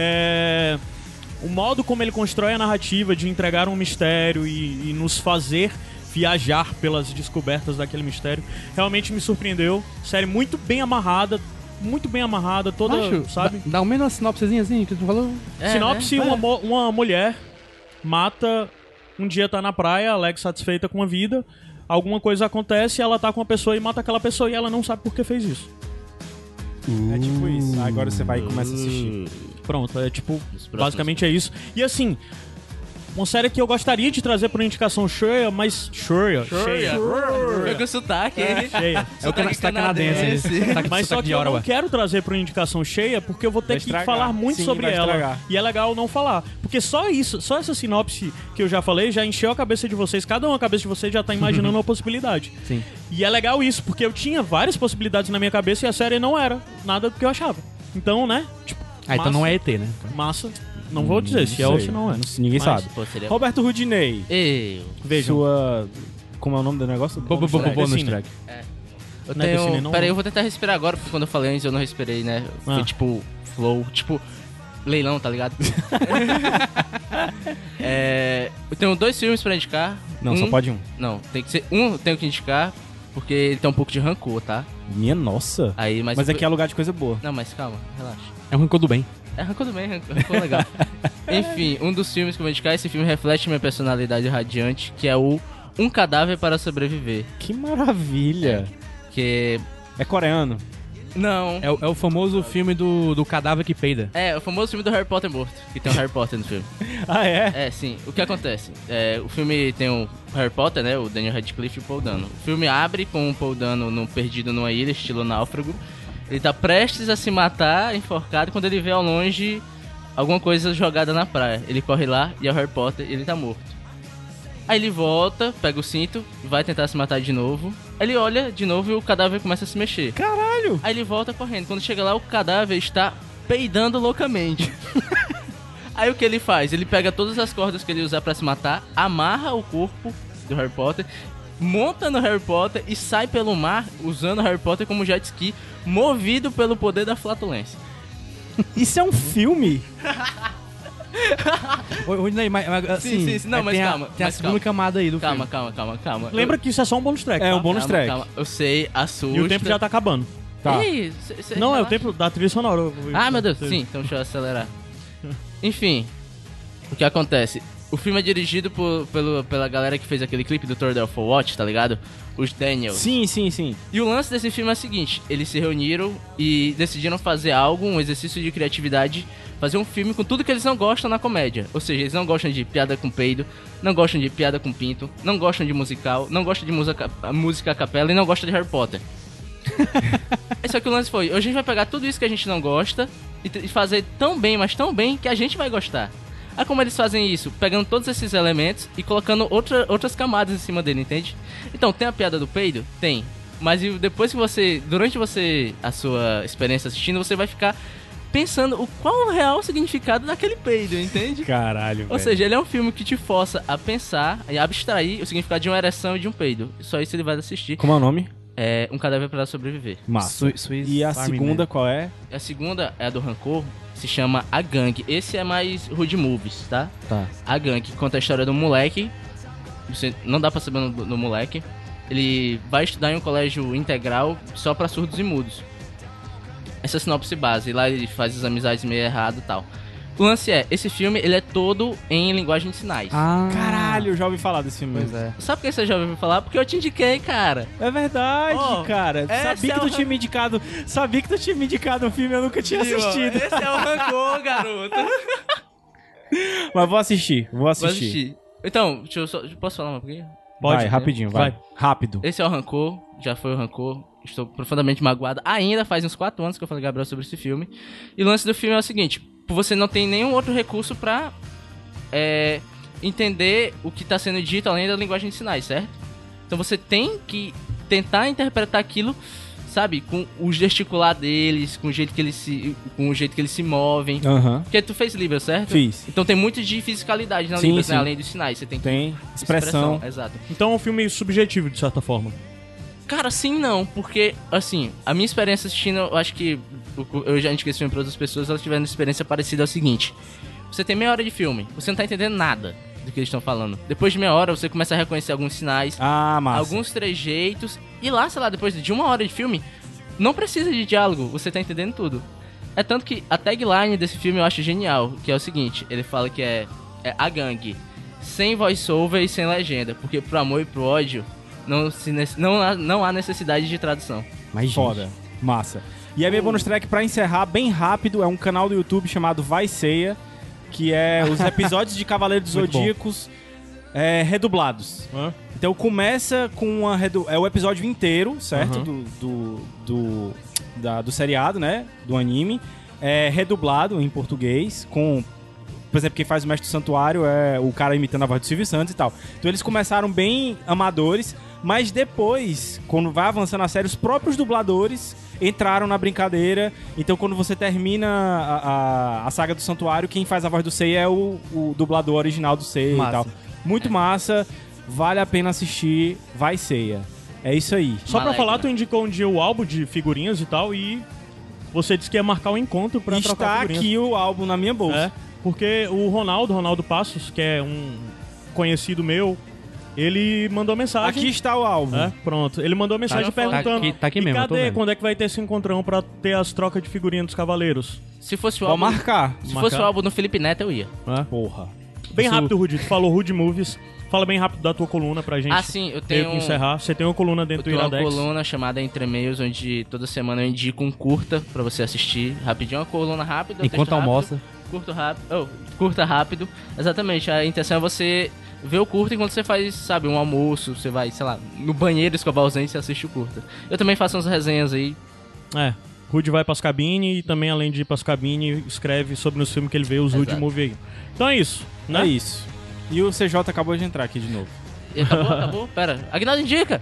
O modo como ele constrói a narrativa de entregar um mistério e nos fazer viajar pelas descobertas daquele mistério realmente me surpreendeu. Série muito bem amarrada, toda, Macho, sabe? dá ao menos uma sinopsezinha assim que tu falou. Sinopse, né? uma mulher mata, um dia tá na praia, alegre, satisfeita com a vida, alguma coisa acontece, ela tá com uma pessoa e mata aquela pessoa e ela não sabe por que fez isso. É tipo isso. Agora você vai e começa a assistir. Pronto, é tipo, próximos- basicamente é isso. E assim, uma série que eu gostaria de trazer por indicação cheia, mas... Cheia. Foi com sotaque, hein? Cheia. É o sotaque canadense. Mas só que eu não quero trazer pra indicação cheia, porque eu vou ter Vai que estragar. falar muito Sim, sobre vai ela. estragar. E é legal não falar. Porque só isso, só essa sinopse que eu já falei, já encheu a cabeça de vocês. Cada uma a cabeça de vocês já tá imaginando uma possibilidade. Sim. E é legal isso, porque eu tinha várias possibilidades na minha cabeça e a série não era nada do que eu achava. Então, né? Tipo, Então não é ET, né? massa. Não vou dizer se é ou se não é. Ninguém Mas- sabe. Pô, seria... Roberto Rudinei. Eu. Vejam. Sua... Como é o nome do negócio? Bônus track. Eu Não é tenho... Decine, não? Pera aí, eu vou tentar respirar agora, porque quando eu falei antes eu não respirei, né? Foi Ah. tipo flow, tipo leilão, tá ligado? Eu tenho 2 filmes pra indicar. Não, só pode um. Não, tem que ser um, eu tenho que indicar, porque ele tem um pouco de rancor, tá? Minha nossa. Aí, mas Mas aqui é lugar de coisa boa. Não, mas calma, relaxa. É um rancor do bem. É rancor do bem, rancor legal. Enfim, um dos filmes que eu vou indicar, esse filme reflete minha personalidade radiante, que é o Um Cadáver para Sobreviver. Que maravilha. Que... É coreano? Não. É o famoso filme do cadáver que peida. É o famoso filme do Harry Potter morto, que tem o Harry Potter no filme. Ah, é? É, sim. O que acontece? O filme tem o Harry Potter, né? O Daniel Radcliffe e o Paul Dano. O filme abre com o Paul Dano perdido numa ilha, estilo náufrago. Ele tá prestes a se matar, enforcado, quando ele vê ao longe alguma coisa jogada na praia. Ele corre lá e é o Harry Potter e ele tá morto. Aí ele volta, pega o cinto, vai tentar se matar de novo. Aí ele olha de novo e o cadáver começa a se mexer. Caralho! Aí ele volta correndo. Quando chega lá, o cadáver está peidando loucamente. Aí o que ele faz? Ele pega todas as cordas que ele usa pra se matar, amarra o corpo do Harry Potter, monta no Harry Potter e sai pelo mar usando o Harry Potter como jet ski, movido pelo poder da flatulência. Isso é um filme? Mas, assim, sim. Não, mas tem calma. Tem a segunda camada aí do filme. Calma. Lembra que isso é só um bônus track, É tá? um bônus track. Calma. Eu sei, assusta. E o tempo já tá acabando. Tá. Ih, Não, é o relaxa. tempo da trilha sonora. Ah, meu Deus, sim, então deixa eu acelerar. Enfim, o que acontece? O filme é dirigido pela galera que fez aquele clipe do Tour of Watch, tá ligado? Os Daniels. Sim. E o lance desse filme é o seguinte: eles se reuniram e decidiram fazer algo, um exercício de criatividade, fazer um filme com tudo que eles não gostam na comédia. Ou seja, eles não gostam de piada com peido, não gostam de piada com pinto, não gostam de musical, não gostam de música a capela e não gostam de Harry Potter. Só que o lance foi: a gente vai pegar tudo isso que a gente não gosta e fazer tão bem, mas tão bem, que a gente vai gostar. Aí como eles fazem isso? Pegando todos esses elementos e colocando outras camadas em cima dele, entende? Então, tem a piada do peido? Tem. Mas depois que durante a sua experiência assistindo, você vai ficar pensando qual o real significado daquele peido, entende? Caralho, Ou seja, ele é um filme que te força a pensar e abstrair o significado de uma ereção e de um peido. Só isso ele vai assistir. Como é o nome? É Um Cadáver para Sobreviver. Massa. E a segunda qual é? A segunda é a do Rancor, se chama A Gangue. Esse é mais Rude Movies, tá? Tá. A Gangue conta a história do moleque. Você não dá pra saber no moleque. Ele vai estudar em um colégio integral só pra surdos e mudos. Essa é a sinopse base. Lá ele faz as amizades meio errado e tal. O lance esse filme ele é todo em linguagem de sinais. Caralho, eu já ouvi falar desse filme. Pois é. Sabe por que você já ouviu falar? Porque eu te indiquei, cara. É verdade, Oh, cara. Sabia que tu tinha me indicado. Sabia que tu tinha me indicado um filme e eu nunca tinha assistido. Esse é o Rancor, garoto. Mas vou assistir. Vou assistir. Então, posso falar um pouquinho? Vai, rapidinho, vai. Rápido. Esse é o Rancor, já foi o Rancor. Estou profundamente magoado. Ainda faz uns 4 anos que eu falei, Gabriel, sobre esse filme. E o lance do filme é o seguinte: você não tem nenhum outro recurso pra entender o que tá sendo dito além da linguagem de sinais, certo? Então você tem que tentar interpretar aquilo, sabe, com o gesticular deles, com o jeito que eles se movem. Aham. Porque tu fez Libras, certo? Fiz. Então tem muito de fisicalidade na Sim, Libras, sim. né? Além dos sinais. Você tem expressão. Exato. Então é um filme subjetivo, de certa forma. Cara, sim não, porque, assim, a minha experiência assistindo, eu acho que eu já indiquei esse filme para outras pessoas, elas tiveram uma experiência parecida ao seguinte: você tem meia hora de filme, você não tá entendendo nada do que eles estão falando. Depois de meia hora, você começa a reconhecer alguns sinais, Massa. alguns trejeitos, e lá, sei lá, depois de 1 hora de filme, não precisa de diálogo, você tá entendendo tudo. É tanto que a tagline desse filme eu acho genial, que é o seguinte: ele fala que é a gangue, sem voice-over e sem legenda, porque pro amor e pro ódio não há necessidade de tradução. Mas foda. Massa. E a minha bonus track pra encerrar, bem rápido, é um canal do YouTube chamado Vai Ceia, que é os episódios de Cavaleiros dos Zodíacos redublados. Então começa com é o episódio inteiro, certo? Do seriado, né? Do anime. É redublado em português, com... Por exemplo, quem faz o Mestre do Santuário é o cara imitando a voz do Silvio Santos e tal. Então eles começaram bem amadores, mas depois, quando vai avançando a série, os próprios dubladores entraram na brincadeira. Então quando você termina a saga do Santuário, quem faz a voz do Seiya é o dublador original do Seiya e tal. Muito massa, vale a pena assistir, vai Seiya. É isso aí. Só pra falar, tu indicou um dia o álbum de figurinhas e tal, e você disse que ia marcar um encontro pra trocar figurinhas. Está aqui o álbum na minha bolsa. É, porque o Ronaldo Passos, que é um conhecido meu, ele mandou mensagem. Aqui está o álbum. Pronto. Ele mandou mensagem perguntando: tá aqui mesmo, cadê? Quando é que vai ter esse encontrão pra ter as trocas de figurinha dos Cavaleiros? Se fosse o álbum... Vou marcar. Se fosse o álbum do Felipe Neto, eu ia. Porra. Bem rápido, Rudy. Tu falou Rude Movies. Fala bem rápido da tua coluna pra gente. Sim, eu tenho... encerrar. Você tem uma coluna dentro do Iradex. Eu tenho uma coluna chamada Entre Meios, onde toda semana eu indico um curta pra você assistir. Rapidinho, uma coluna rápida. Enquanto almoça. Curta rápido. Exatamente, a intenção é você ver o curta enquanto você faz, sabe, um almoço. Você vai, sei lá, no banheiro escovar os dentes e assiste o curta. Eu também faço umas resenhas aí. Rudy vai pras cabines e também, além de ir pras cabines, escreve sobre os filmes que ele vê, os Rudy Movie aí. Então é isso, né? É isso. E o CJ acabou de entrar aqui de novo. Acabou? Pera. Aguinaldo indica!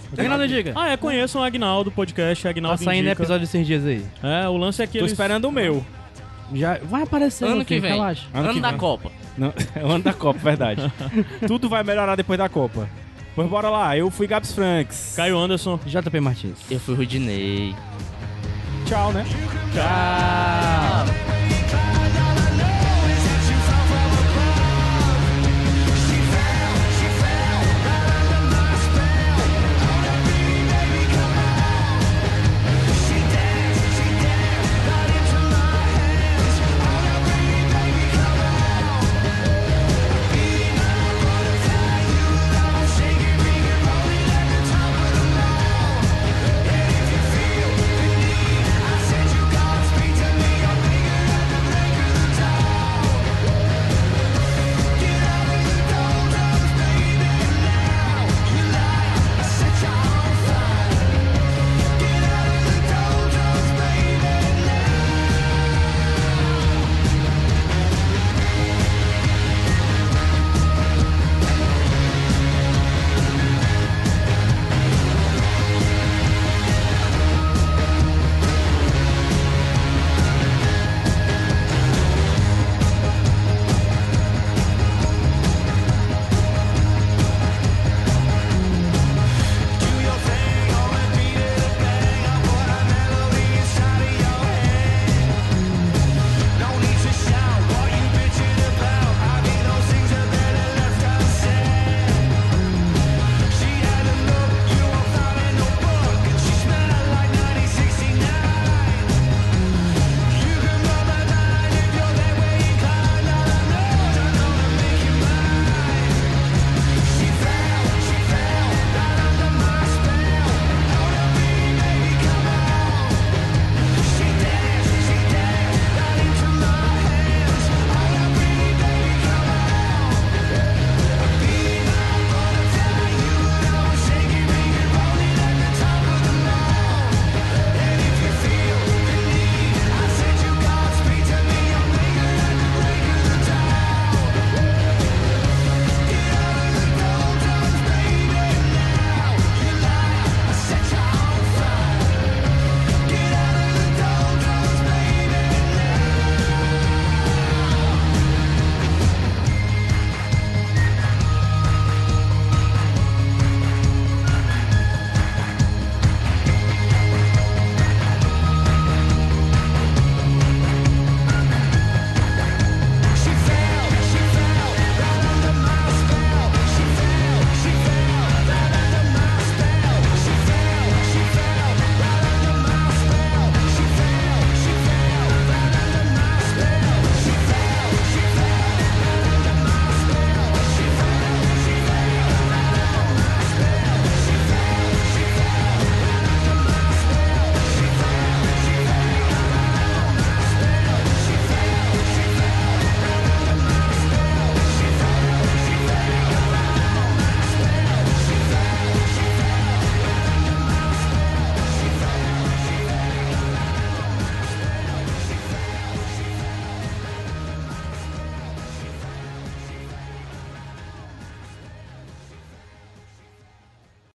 Conheçam o Aguinaldo, podcast Aguinaldo Tá saindo Indica. episódio desses dias aí. O lance é que Tô esperando o meu. Já vai aparecer. Ano que vem. Relaxa. Ano da Copa. Não, é o ano da Copa, verdade. Tudo vai melhorar depois da Copa. Pois bora lá, eu fui Gabs Franks. Caio Anderson. JP Martins. Eu fui Rudinei. Tchau, né? Tchau.